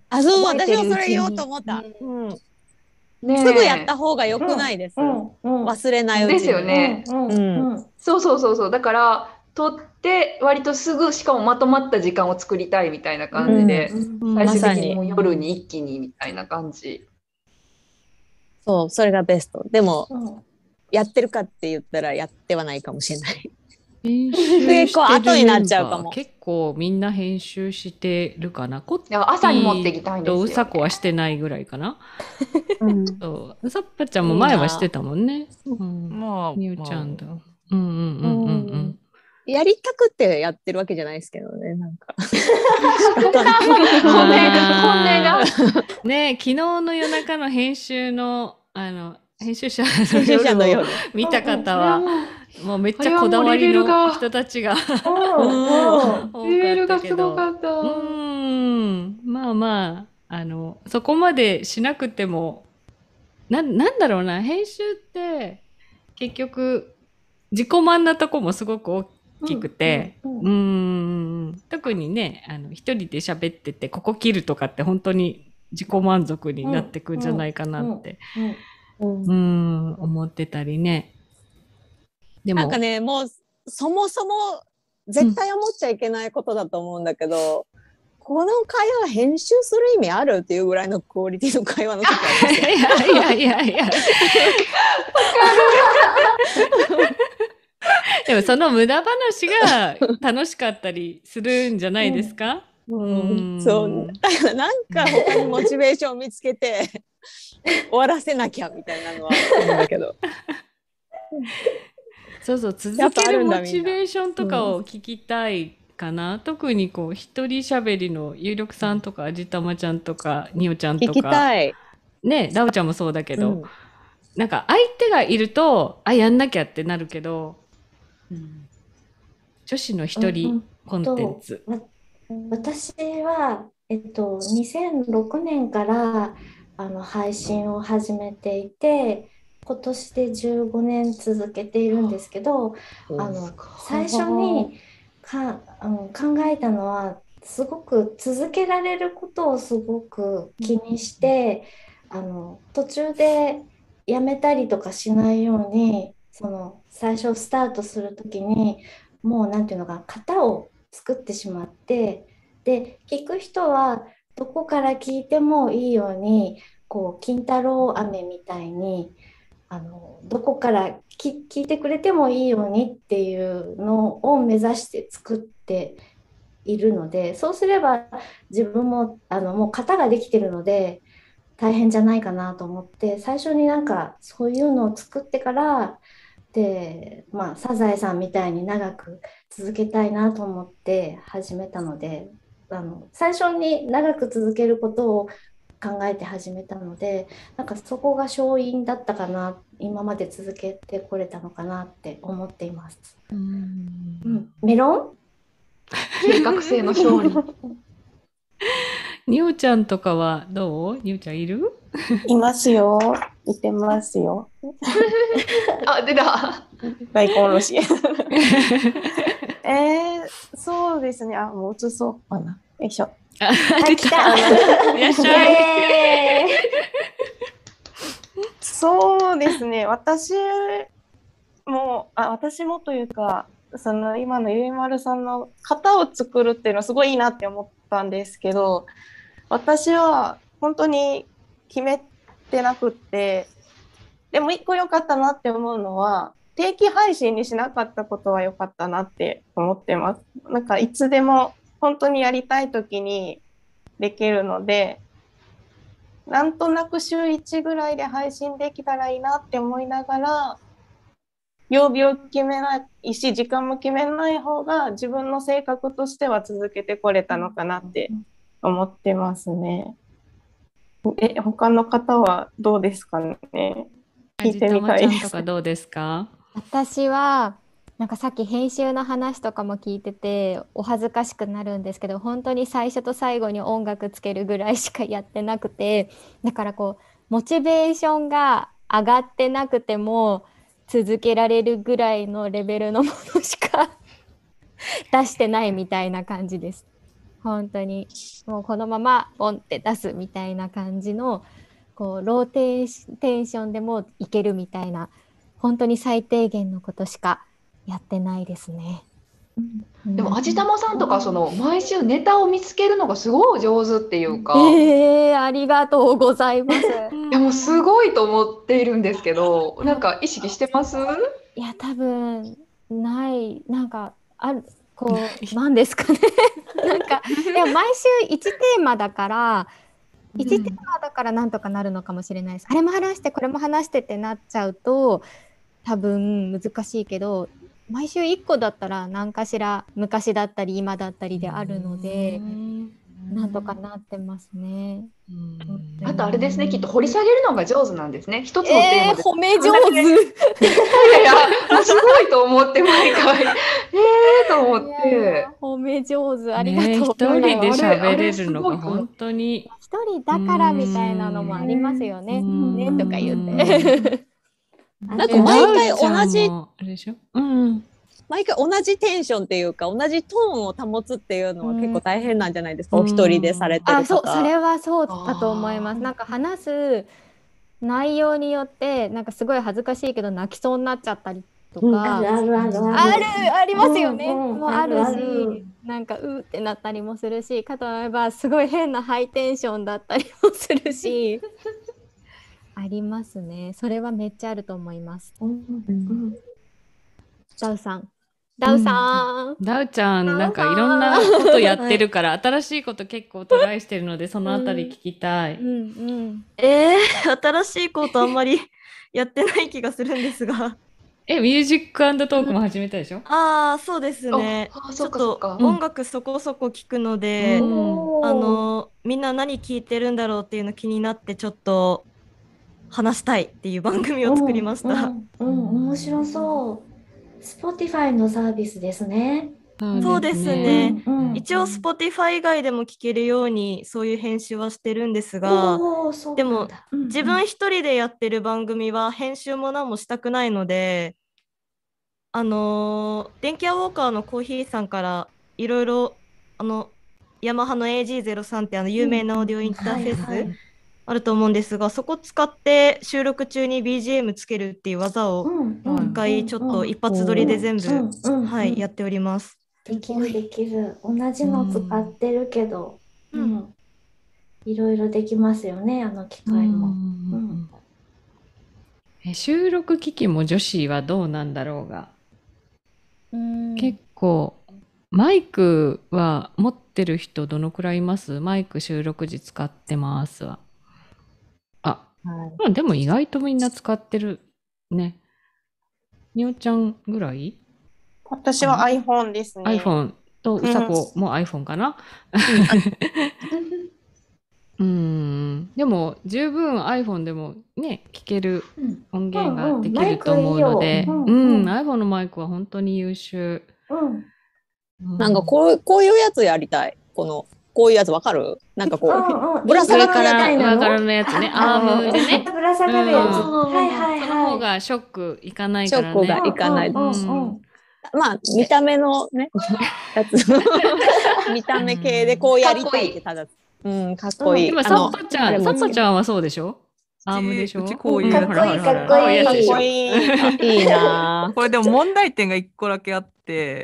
あ、そう、 覚えてるうちに私もそれ言おうと思った。うん。 ねえすぐやった方が良くないです。 うんうん忘れないうちに。 ですよね。 うんううんんそうそうそうそう。だから取って割とすぐしかもまとまった時間を作りたいみたいな感じで、 うん最終的まさににもう夜に一気にみたいな感じ。 そう、それがベスト。でも、 うんやってるかって言ったらやってはないかもしれない。 編集結構後になっちゃうかも。 結構みんな編集してるかな。こっいや朝に持っていきたいんですよとうさこはしてないぐらいかな。 うんそううさっぱちゃんも前はしてたもんね。うん。 まあ、 みゆちゃんだ。うんうんうんうんうん。 やりたくてやってるわけじゃないですけどね、なんか。 本音があーねえ昨日の夜中の編集のあの編集者編集者の夜の夜を見た方はうんもうめっちゃこだわりの人たちが多レベルかがすったけどごかった。 うーんまあまああのそこまでしなくてもな、なんだろうな編集って結局自己満なとこもすごく大きくてうんうんうーん特にねあの一人で喋っててここ切るとかって本当に自己満足になってくんじゃないかなってうんうーん思ってたりね。でもなんかね、もうそもそも絶対思っちゃいけないことだと思うんだけど、この会話編集する意味あるっていうぐらいのクオリティの会話の時あるんですよ。 いやいやいやいや。でもその無駄話が楽しかったりするんじゃないですか？ うんうん、そうだからなんか他にモチベーションを見つけて終わらせなきゃみたいなのはあるんだけど。 そうそう続けるモチベーションとかを聞きたいかな、うん、特にこう一人喋りの有力さんとかあじたまちゃんとかにおちゃんとか聞きたいねラオちゃんもそうだけど、うん、なんか相手がいるとあやんなきゃってなるけど、うん、女子の一人コンテンツ、 うん、私は、えっと、にせんろくねんからあの配信を始めていて今年でじゅうごねん続けているんですけど、あの最初にかあの考えたのはすごく続けられることをすごく気にして、うん、あの途中でやめたりとかしないようにその最初スタートする時にもうなんていうのか型を作ってしまってで聞く人はどこから聞いてもいいようにこう金太郎飴みたいにあのどこからき聞いてくれてもいいようにっていうのを目指して作っているのでそうすれば自分もあのもう型ができてるので大変じゃないかなと思って最初になんかそういうのを作ってからで、まあ、サザエさんみたいに長く続けたいなと思って始めたのであの最初に長く続けることを考えて始めたのでなんかそこが勝因だったかな今まで続けてこれたのかなって思っています。うん、うん、メロン計画性の勝利におちゃんとかはどう？におちゃんいる？ いますよ。いてますよ。 あ、出た。 大根おろし。えー、そうですね。あ、もう映そうかな。よいしょ。 あ、出た。いらっしゃい。 そうですね。私もあ私もというか、その今のゆいまるさんの型を作るっていうのはすごいいいなって思ったんですけど、私は本当に決めてなくって、でも一個良かったなって思うのは定期配信にしなかったことは良かったなって思ってます。なんかいつでも本当にやりたい時にできるので、なんとなく週いちぐらいで配信できたらいいなって思いながら、曜日を決めないし時間も決めない方が自分の性格としては続けてこれたのかなって思ってますね。え、他の方はどうですかね。聞いてみたいです。 あじたまちゃんとかどうですか？ 私はなんかさっき編集の話とかも聞いててお恥ずかしくなるんですけど、本当に最初と最後に音楽つけるぐらいしかやってなくて、だからこうモチベーションが上がってなくても続けられるぐらいのレベルのものしか出してないみたいな感じです。 本当にもうこのままポンって出すみたいな感じのこうローテーションでもいけるみたいな本当に最低限のことしかやってないですね。 でも味玉さんとかその毎週ネタを見つけるのがすごい上手っていうか、 えー、ありがとうございます。 いやもうすごいと思っているんですけど、なんか意識してます？ いや多分ないなんかあるこうなんですかねなんかいや毎週いちテーマだからいちテーマだからなんとかなるのかもしれないです。あれも話してこれも話してってなっちゃうと多分難しいけど、毎週いっこだったら何かしら昔だったり今だったりであるのでなんとかなってますね。 あとあれですね、きっと掘り下げるのが上手なんですね。一つのテーマで、 えー、褒め上手。 いやいや、もうすごいと思って毎回えーと思って褒め上手、ありがとう。 ね、一人で喋れるのが本当に一人だからみたいなのもありますよね。ねとか言ってなんか毎回同じあれでしょ、うん、 毎回同じテンションっていうか同じトーンを保つっていうのは結構大変なんじゃないですか、お一人でされてる方。 あ、そう、それはそうだと思います。なんか話す内容によってなんかすごい恥ずかしいけど泣きそうになっちゃったりとか、うん、 あるあるあるあるありますよね、 うんうん、 もうあるし、 あるあるなんかうーってなったりもするし、かと思えばすごい変なハイテンションだったりもするしありますね。それはめっちゃあると思います。うんうん、ダウさんダウさん、 うん、ダウちゃんなんかいろんなことやってるから、はい、新しいこと結構トライしてるのでそのあたり聞きたい。うんうんうん、えー、新しいことあんまりやってない気がするんですがえ、ミュージック&トークも始めたでしょ？ ああ、そうですね。ちょっと音楽そこそこ聞くので、うん、あのみんな何聞いてるんだろうっていうの気になってちょっと話したいっていう番組を作りました。 うんうんうん、面白そう。Spotify のサービスですね。 そうですね。うんうん、一応 Spotify 以外でも聞けるようにそういう編集はしてるんですが、でも、うんうん、自分一人でやってる番組は編集も何もしたくないので、あのー、電気屋ウォーカーのコーヒーさんからいろいろあのヤマハの エージーゼロさん ってあの有名なオーディオインターフェース、うんはいはい、あると思うんですが、そこ使って収録中に ビージーエム つけるっていう技を一回ちょっと一発撮りで全部、うんうんはい、やっております。 できるできる。同じの使ってるけど、うんうん、いろいろできますよね、あの機械も。うんうんえ収録機器も女子はどうなんだろうが、うん結構マイクは持ってる人どのくらいいます？マイク収録時使ってますわ。あ、はい、でも意外とみんな使ってるね。におちゃんぐらい？ 私は iPhone ですね。 iPhone とうさこも iPhone かな。うん、でも十分 iPhone でもね聞ける音源ができると思うので、うん、うんうん、iPhone のマイクは本当に優秀。うんうん、なんかこうこういうやつやりたい。このこういうやつわかる？なんかこう、うんうん、ぶら下がるやつ上からのやつね、アームでね。 ぶら下がるやつ。うん、はいはいはい。 その方がショックいかないからね。 ショックがいかない。うんうんうん、まあ見た目のねやつ見た目系でこうやりたいってただ。うん、かっこいい。 今、サッパちゃん、サッパちゃんはそうでしょ？アームでしょ？ うちこういうかっこいい、かっこいい。 かっこいい。いいな。 これでも問題点が一個だけあって、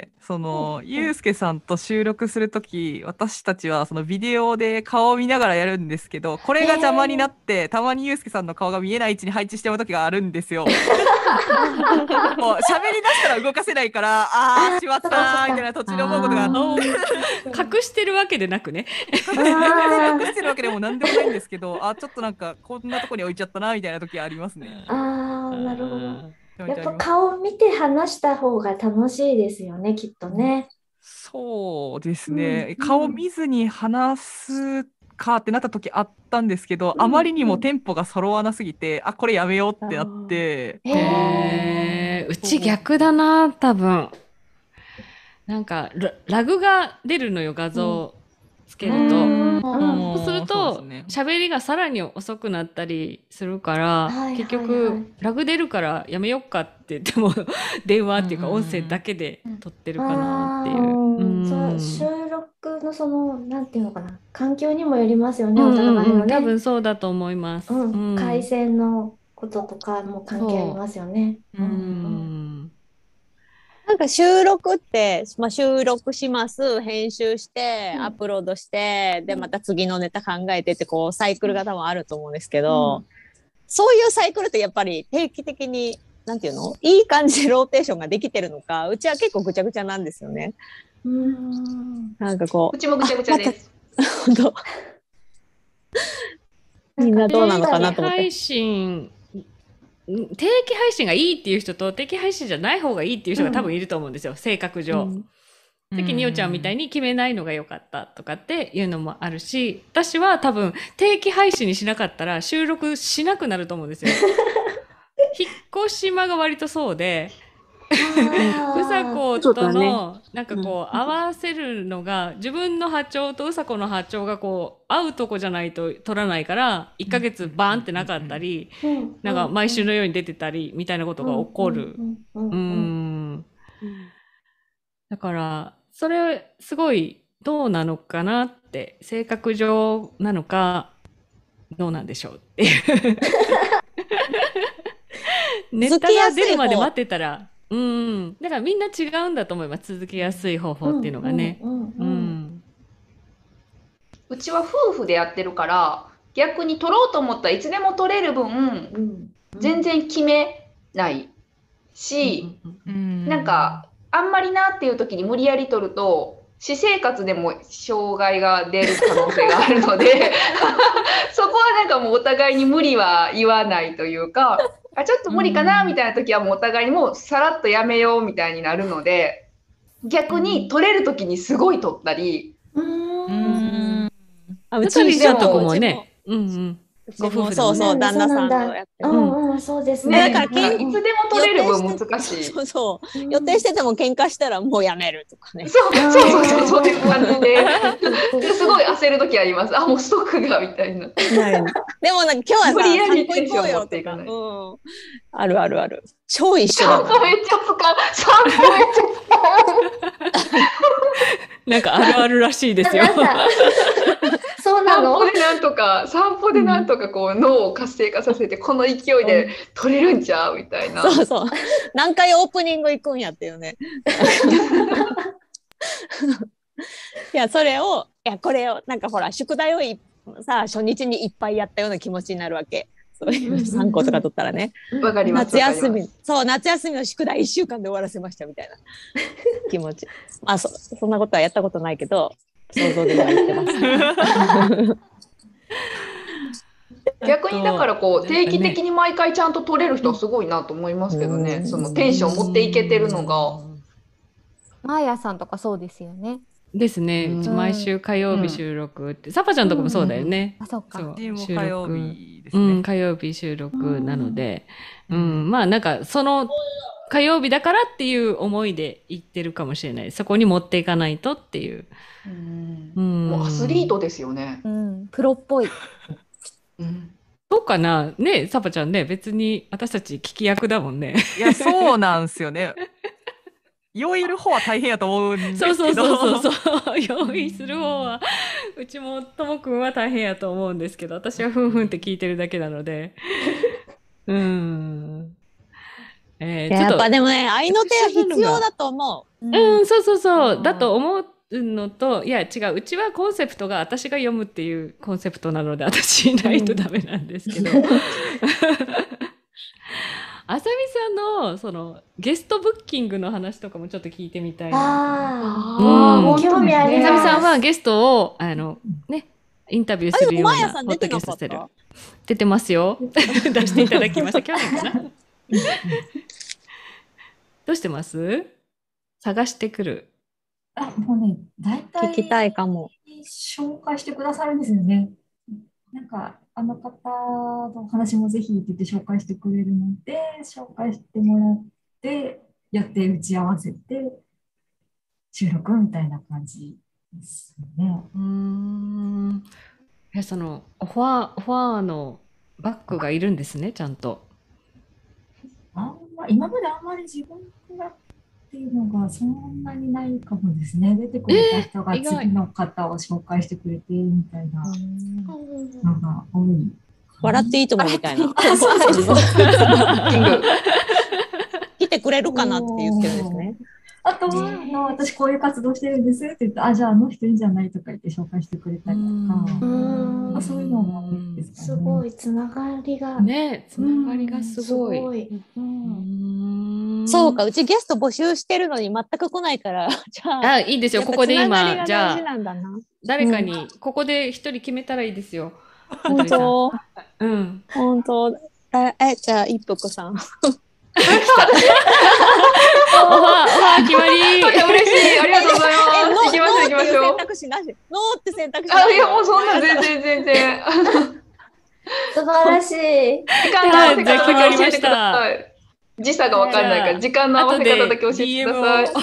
その、ゆうすけさんと収録するとき、私たちはそのビデオで顔を見ながらやるんですけど、これが邪魔になって、たまにゆうすけさんの顔が見えない位置に配置してもらうときがあるんですよ。もう喋り出したら動かせないから、あー、しまったーみたいな途中で思うことが隠してるわけでなくね。 隠してるわけでもなんでもないんですけど、あ、ちょっとなんかこんなとこに置いちゃったなみたいな時ありますね。 あー、なるほど。やっぱ顔見て話した方が楽しいですよね、きっとね。 そうですね。うん、顔見ずに話すかってなった時あったんですけど、うん、あまりにもテンポが揃わなすぎて、あ、これやめようってなって。 へー、うち逆だな、多分。なんかラ、ラグが出るのよ、画像つけると。うんそうすると喋、ね、りがさらに遅くなったりするから、はいはいはい、結局ラグ出るからやめよっかって言っても電話っていうか音声だけで撮ってるかなっていう。 うんうん、そう収録のその、なんていうのかな、環境にもよりますよね、おうんうんうん、 互いのね。 多分そうだと思います。 うん、 うん。 回線のこととかも関係ありそますよね。 う。ううんうん。 ん。 なんか収録って、まあ、収録します、編集して、 うんアップロードして、で、 うんまた次のネタ考えてって、こう、サイクルが多分あると思うんですけうど、 んそういうサイクルってやっぱり定期的に、なんていうのいい感じでローテーションができてるのか、うちは結構ぐちゃぐちゃなんですよね。 うーん。 なんかこうちもぐちゃぐちゃです。 う、本当みんなどうなのかなと思って。 定期配信、ん定期配信がいいっていう人と定期配信じゃない方がいいっていう人が多分いると思うんですよ、性格上。 うんさっきにおちゃんみたいに決めないのが良かったとかっていうのもあるし、私は多分定期配信にしなかったら収録しなくなると思うんですよ。引っ越し間が割とそうで、うさあこそうだとのねなんかこう合わせるのが、自分の波長とうさこの波長がこう合うとこじゃないと取らないからいっかげつバーンってなかったり、 ーうんなんか毎週のように出てたりみたいなことが起こる。 うんうんうんううんん。だからそれすごいどうなのかなって、性格上なのかどうなんでしょうっていうネタが出るまで待ってたら、うんだからみんな違うんだと思います、続けやすい方法っていうのがね。 うんうんううんんうちは夫婦でやってるから逆に取ろうと思ったらいつでも取れる分うん全然決めないし、 うんなんかあんまりなっていう時に無理やり取ると私生活でも障害が出る可能性があるのでそこはなんかもうお互いに無理は言わないというか、あちょっと無理かなみたいな時はもうお互いにもうさらっとやめようみたいになるので、逆に取れる時にすごい取ったり、 うーんあううち一緒のとこもうちね、うんうんご夫婦でそうそう、 もね。 旦那さんとやってる。 うんうん、そうですね、 ね。 だからいつでも取れる分難しい。 そうそう。予定してても喧嘩したらもうやめるとかね。 そうそうそうそうそういう感じで、すごい焦る時あります。あもうストックがみたいな。 でもなんか今日はさ、 無理やり散歩行こうテンション持よとか。 っていかない。 うん。あるあるある。超一緒だな。 散歩めっちゃ使う。散歩めっちゃ使う。 なんかあるあるらしいですよ。 なんかそうな散の歩でなんとか散歩でなんとかこう脳を活性化させてこの勢いで取れるんちゃうみたいな。 そうそう。何回オープニング行くんやっていうね。いや、それを、いや、これを、なんかほら、宿題をいさ、初日にいっぱいやったような気持ちになるわけ。そういう参考とか取ったらね。 わかります。 夏休みわかります、 そう、夏休みの宿題いっしゅうかんで終わらせましたみたいな気持ち。まあ、そ、そんなことはやったことないけど、想像では言ってます。 逆にだからこうなんかね定期的に毎回ちゃんと取れる人はすごいなと思いますけどね。そのテンション持っていけてるのが。 マーヤさんとかそうですよね。 ですね。うち毎週火曜日収録って、サパちゃんとかもそうだよね。 あ、そっか。 そううちも収火曜録日ですねうん、火曜日収録なので、うん、まあなんかその火曜日だからっていう思いで行ってるかもしれない。そこに持っていかないとっていう。うんもうアスリートですよね。 うん、プロっぽい。 うんそうかなね、サパちゃんね、別に私たち聞き役だもんね。 いや、そうなんですよね。酔える方は大変やと思うんですけど。 そうそうそうそうそう。用意する方は、うちもともくんは大変やと思うんですけど、私はふんふんって聞いてるだけなので。うーん。えー、ちょっとやっぱでもね、愛の手は必要だと思う。 うん、そうそうそう。だと思うのと、いや違う。うちはコンセプトが私が読むっていうコンセプトなので、私いないとダメなんですけど。あさみさんのそのゲストブッキングの話とかもちょっと聞いてみたいな。 あうんあ、興味ありあさみます。 さんはゲストをあのねインタビューするようマーヤなポッドキさん出てなャストしてるかった。 出てますよ。出していただきました。去年かな。どうしてます？探してくる。 あ、もうね、大体聞きたいかも。 紹介してくださるんですよね。なんか、あの方のお話もぜひって言って紹介してくれるので、紹介してもらって、やって打ち合わせて、収録みたいな感じですね。 うーん。え、そのオファーオファーのバックがいるんですね、ちゃんと。 あんま、今まであんまり自分がっていいうのがそんなにないかもですね。出てくれた人がえー意外次の方を紹介してくれてみたいなのが多い。 笑っていいと思うみたいな。 あ、そうそうそう。キング。 来てくれるかなって言ってるんですね。 あとは、あの私こういう活動してるんですって言って、あ、じゃああの人いいんじゃないとか言って紹介してくれたりとか、まあ、そういうのもいいですかね。 すごいつながりが。 ね、つながりがすごい。 すごい。うんそうか、うちゲスト募集してるのに全く来ないから、じゃあ。 あ、いいですよ。ここで今、じゃあ、 あ、 誰かに、ここで一人決めたらいいですよ。 本当うん。 本当え、え、じゃあ、一服さん。 オファー、オファー決まり。 嬉しい。ありがとうございます。行きましょう、行きましょう。 選択肢なし。ノーって選択肢なし。 あ、いや、もうそんな全然全然。 素晴らしい。 時間の合わせ方だけ教えてください。時差がわかんないから、時間の合わせ方だけ教えてください。え、ほん、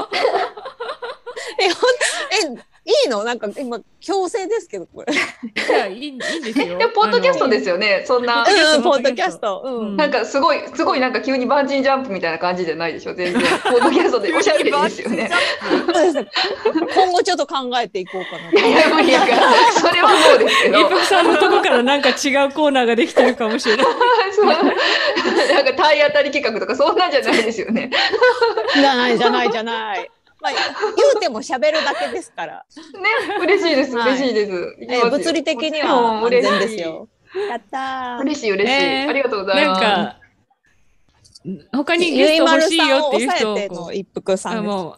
え、いいのなんか今、強制ですけど、これ。 いや、いい、いいんですよ。 でも、ポッドキャストですよね、そんな。 うん、ポッドキャスト。うん。 なんか、すごい、すごいなんか急にバンジージャンプみたいな感じじゃないでしょ、全然。ポッドキャストでおしゃべりですよね。 今後ちょっと考えていこうかな。 いやいや、無理やから。それはそうですけど。 一服さんのとこからなんか違うコーナーができてるかもしれない。 そう。なんか体当たり企画とか、そんなんじゃないですよね。 じゃない、じゃない、じゃない。まあ、言うても喋るだけですから。 ね、嬉しいです、嬉しいです。 え、物理的には安全ですよ。やったー。 嬉しい、嬉しい。ありがとうございます。 なんか、他にゲスト欲しいよっていう人をこう、 一服さんもう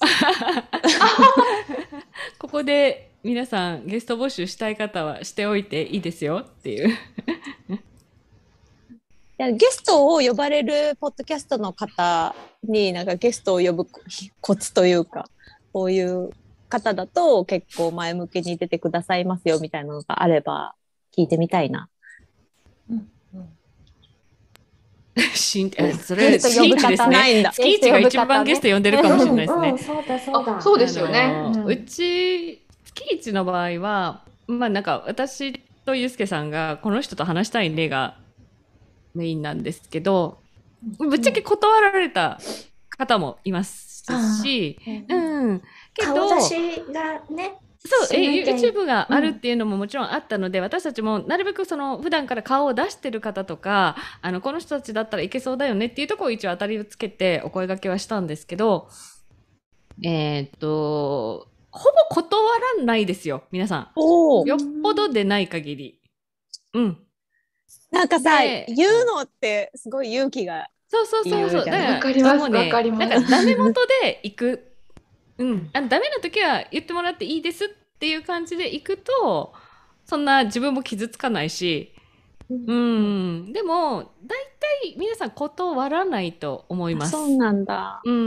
ここで皆さんゲスト募集したい方はしておいていいですよっていう。 いやゲストを呼ばれるポッドキャストの方になんかゲストを呼ぶコツというか、こういう方だと結構前向きに出てくださいますよみたいなのがあれば聞いてみたいな。 しんそれ新規ですね。月一が一番ゲスト呼んでるかもしれないですね。 そうだそうだ。 そうですよね。 うち月一の場合は、まあなんか私とゆうすけさんがこの人と話したい例がメインなんですけど、ぶっちゃけ断られた方もいますし、うん、けど顔出しがね。 そう、え YouTube があるっていうのももちろんあったので、うん、私たちもなるべくその普段から顔を出してる方とか、あのこの人たちだったらいけそうだよねっていうところを一応当たりをつけてお声掛けはしたんですけど、えー、っとほぼ断らないですよ皆さん。よっぽどでない限り。うん。 なんかさ、言うのってすごい勇気がいる。 そうそうそうそう。だからわかります、 ね、 わかります。 なんかダメ元で行く。うん、あのダメな時は言ってもらっていいですっていう感じで行くとそんな自分も傷つかないし、うん、うん、でも大体皆さん断らないと思います。 そうなんだ。 うん、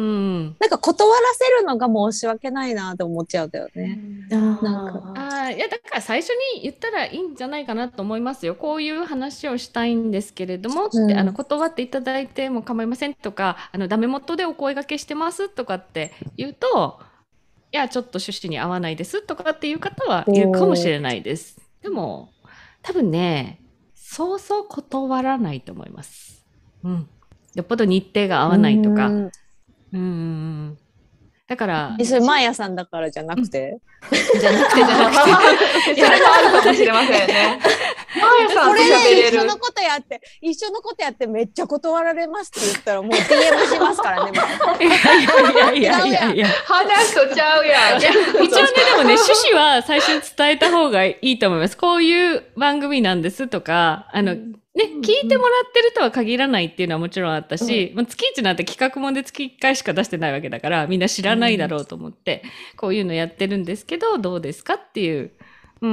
なんか断らせるのが申し訳ないなって思っちゃうんだよね。 うん、なんかあいやだから最初に言ったらいいんじゃないかなと思いますよ。こういう話をしたいんですけれども、うん、ってあの断っていただいても構いませんとか、あのダメ元でお声掛けしてますとかって言うと、いやちょっと趣旨に合わないですとかっていう方はいるかもしれないです。でも多分ねそうそう断らないと思います。うん。よっぽど日程が合わないとか。うん。うんだから。 え、それマーヤさんだからじゃなくて、 うん、じゃなくてじゃなくて。 それもあるかもしれませんね。マーヤさんと喋れる。 一緒のことやって、一緒のことやってめっちゃ断られますって言ったらもう ディーエム しますからね。 いやいやいやいやいや。 話とちゃうやん。 一応ね、でもね、趣旨は最初に伝えた方がいいと思います。こういう番組なんですとか、あの、ね、聞いてもらってるとは限らないっていうのはもちろんあったし、うん、月一なんて企画もんで月いっかいしか出してないわけだから、みんな知らないだろうと思って、うん、こういうのやってるんですけど、どうですかっていう。うん。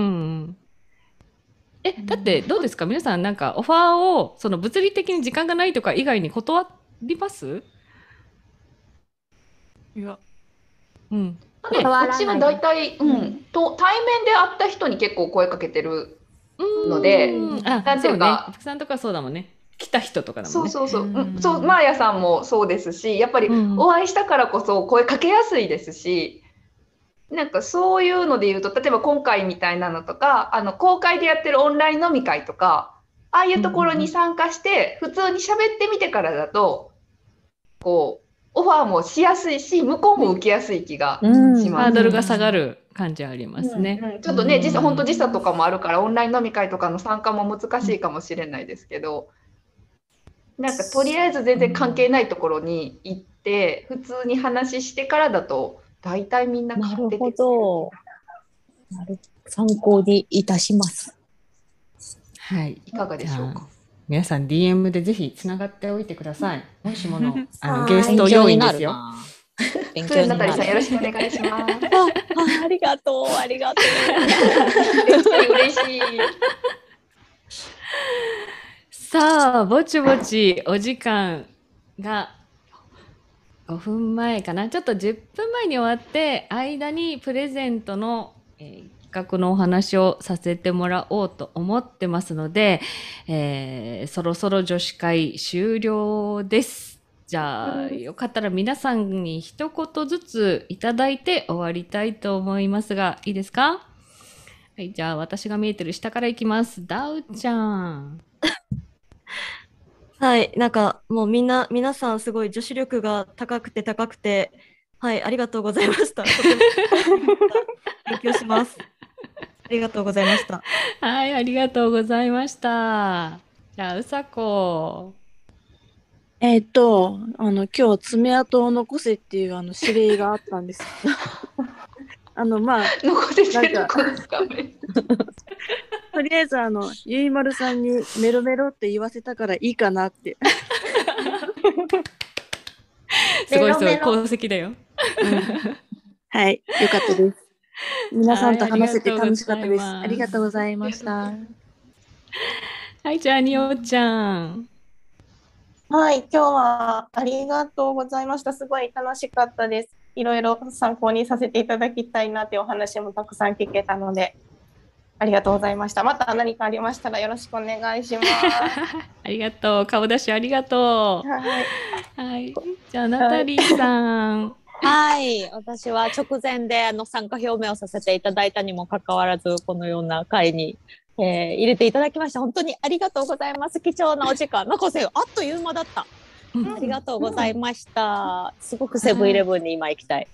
え、だってどうですか皆さんなんかオファーを、その物理的に時間がないとか以外に断ります？ いや。 うん。 ね、うちは大体、うん、と対面で会った人に結構声かけてる。ので、 あ、なんていうか、ね、さんとかそうだもんね。来た人とかだもんね。 そうそうそう、うん、そう、マーヤさんもそうですし、やっぱりお会いしたからこそ声かけやすいですし、うん、なんかそういうので言うと、例えば今回みたいなのとか、あの公開でやってるオンライン飲み会とか、ああいうところに参加して普通に喋ってみてからだと、こうオファーもしやすいし、向こうも受けやすい気がします。 ハードルが下がる感じありますね。 うんうん、ちょっとね、時差、本当時差とかもあるから、オンライン飲み会とかの参加も難しいかもしれないですけど、なんかとりあえず全然関係ないところに行って、普通に話してからだと、大体みんな買っててくれる。 なる参考にいたします。 はい。 いかがでしょうか。 皆さん ディーエム でぜひつながっておいてください。もしものあのゲスト要員ですよ。 勉強になる。 ナタリーさんよろしくお願いします。 あ, ありがとうありがとう。 嬉しい。 さあぼちぼちお時間がごふんまえかな。ちょっとじゅっぷんまえに終わって間にプレゼントの、えー企画のお話をさせてもらおうと思ってますので、えー、そろそろ女子会終了です。じゃあ、よかったら皆さんに一言ずついただいて終わりたいと思いますが、いいですか？はい、じゃあ私が見えてる下からいきます。ダウちゃん。 はい、なんかもうみんな、皆さんすごい女子力が高くて高くて、はい、ありがとうございました。とても勉強します。ありがとうございました。 はい、ありがとうございました。じゃあ、うさこ。 えっと、あの、今日爪痕を残せっていうあの指令があったんです。あの、まあ、 残せてる子ですかね。 とりあえず、あの、ゆいまるさんにメロメロって言わせたからいいかなって。 すごいすごい、功績だよ。 うん、はい、よかったです。皆さんと話せて楽しかったです。ありがとうございました。 はい、じゃあ、におちゃん。 はい、今日はありがとうございました。すごい楽しかったです。いろいろ参考にさせていただきたいなというお話もたくさん聞けたので、ありがとうございました。また何かありましたらよろしくお願いします。 ありがとう。顔出しありがとう。 はい。 はい。じゃあ、ナタリーさん。 はい、私は直前であの参加表明をさせていただいたにもかかわらず、このような会に、えー、入れていただきまして本当にありがとうございます。貴重なお時間、なんかせあっという間だった。うん、ありがとうございました。すごくセブンイレブンに今行きたい。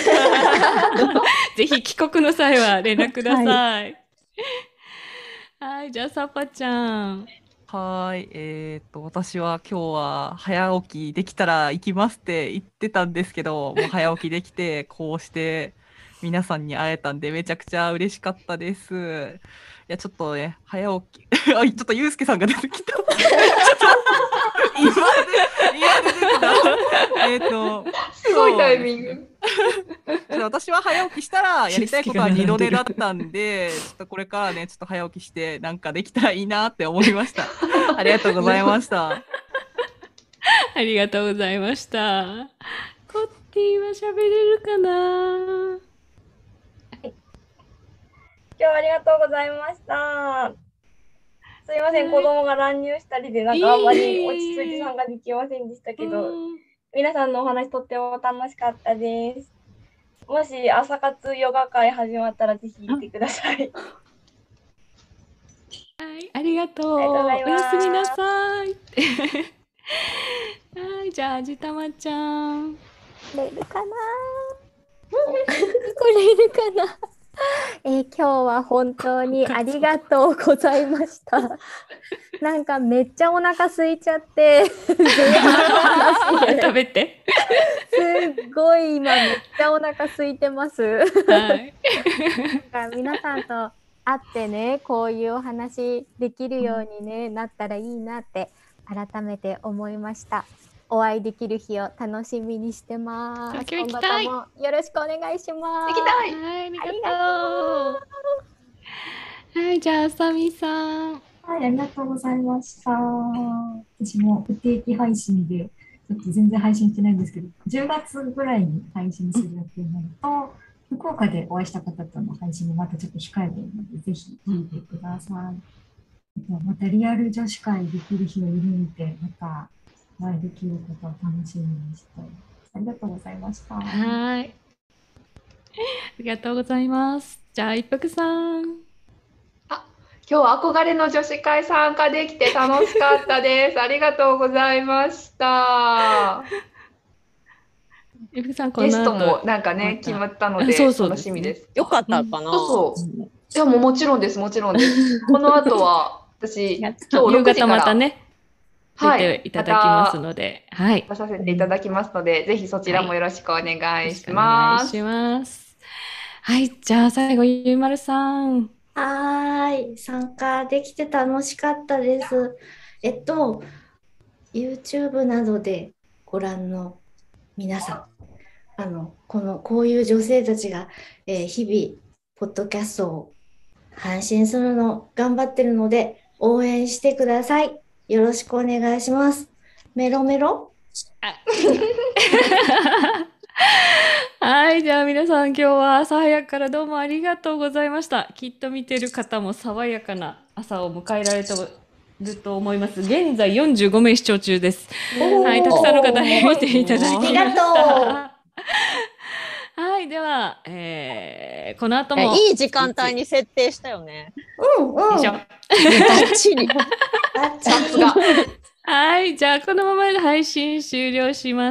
ぜひ帰国の際は連絡ください。はい、はい、じゃあサッパちゃん。 はい、えーと、私は今日は早起きできたら行きますって言ってたんですけど、もう早起きできて、こうして皆さんに会えたんで、めちゃくちゃ嬉しかったです。いや、ちょっとね、早起き、あ、ちょっとゆうすけさんが出てきた。今で、今出てきた。えっと、 すごいタイミング。 私は早起きしたらやりたいことは二度寝だったんで、ちょっとこれからね、ちょっと早起きしてなんかできたらいいなって思いました。ありがとうございました。 ありがとうございました。コッティは喋れるかな。はい、 今日はありがとうございました。すいません、子供が乱入したりでなんかあんまり落ち着いて参加できませんでしたけど、皆さんのお話とっても楽しかったです。もし朝活ヨガ会始まったらぜひ行ってください。 はい、ありがとう。おやすみなさい。はい、じゃあじたまちゃん。 れるかな。これいるかな。えー、今日は本当にありがとうございました。なんかめっちゃお腹空いちゃって食べてすごい今めっちゃお腹空いてます。はい、なんか皆さんと会ってね、こういうお話できるように、ね、なったらいいなって改めて思いました。お会いできる日を楽しみにしてます。 今後ともよろしくお願いします。 行きたい。 はい、ありがとう。はい、じゃああさみさん。 はい、ありがとうございました。私も不定期配信で、ちょっと全然配信してないんですけど、じゅうがつぐらいに配信する予定なのと、福岡でお会いした方との配信もまたちょっと控えているので、ぜひ聞いてください。またリアル女子会できる日を夢見て、またお会いできることを楽しみにしています。ありがとうございました。 はい。ありがとうございます。じゃあ一服さん。 あ、今日は憧れの女子会参加できて楽しかったです。ありがとうございました。 ゆふさんこのゲスト後もなんかね、決まったので、 そうそう楽しみです。 よかったかな。 そうそう。いや、もうもちろんです、もちろんです。この後は、私、今日夕ろくじ方から、 またね、 は出ていただきますので、はい。 出させていただきますので、ぜひそちらもよろしくお願いしお願ます。 いします。はい、じゃあ最後、ゆいまるさん。 はーい、参加できて楽しかったです。えっと、YouTube などでご覧の皆さん、あの、この、こういう女性たちが、えー日々、ポッドキャストを配信するの頑張ってるので、応援してください。よろしくお願いします。メロメロはい、じゃあ皆さん今日は朝早くからどうもありがとうございました。きっと見てる方も爽やかな朝を迎えられてると思います。現在よんじゅうごめい視聴中です。はい、たくさんの方に見ていただきました。 ありがとはい、では、えー、この後もいい時間帯に設定したよね。 うんうん。 でしょ。 バッチリ。 バッチリさすが。 はい、じゃあこのままで配信終了します。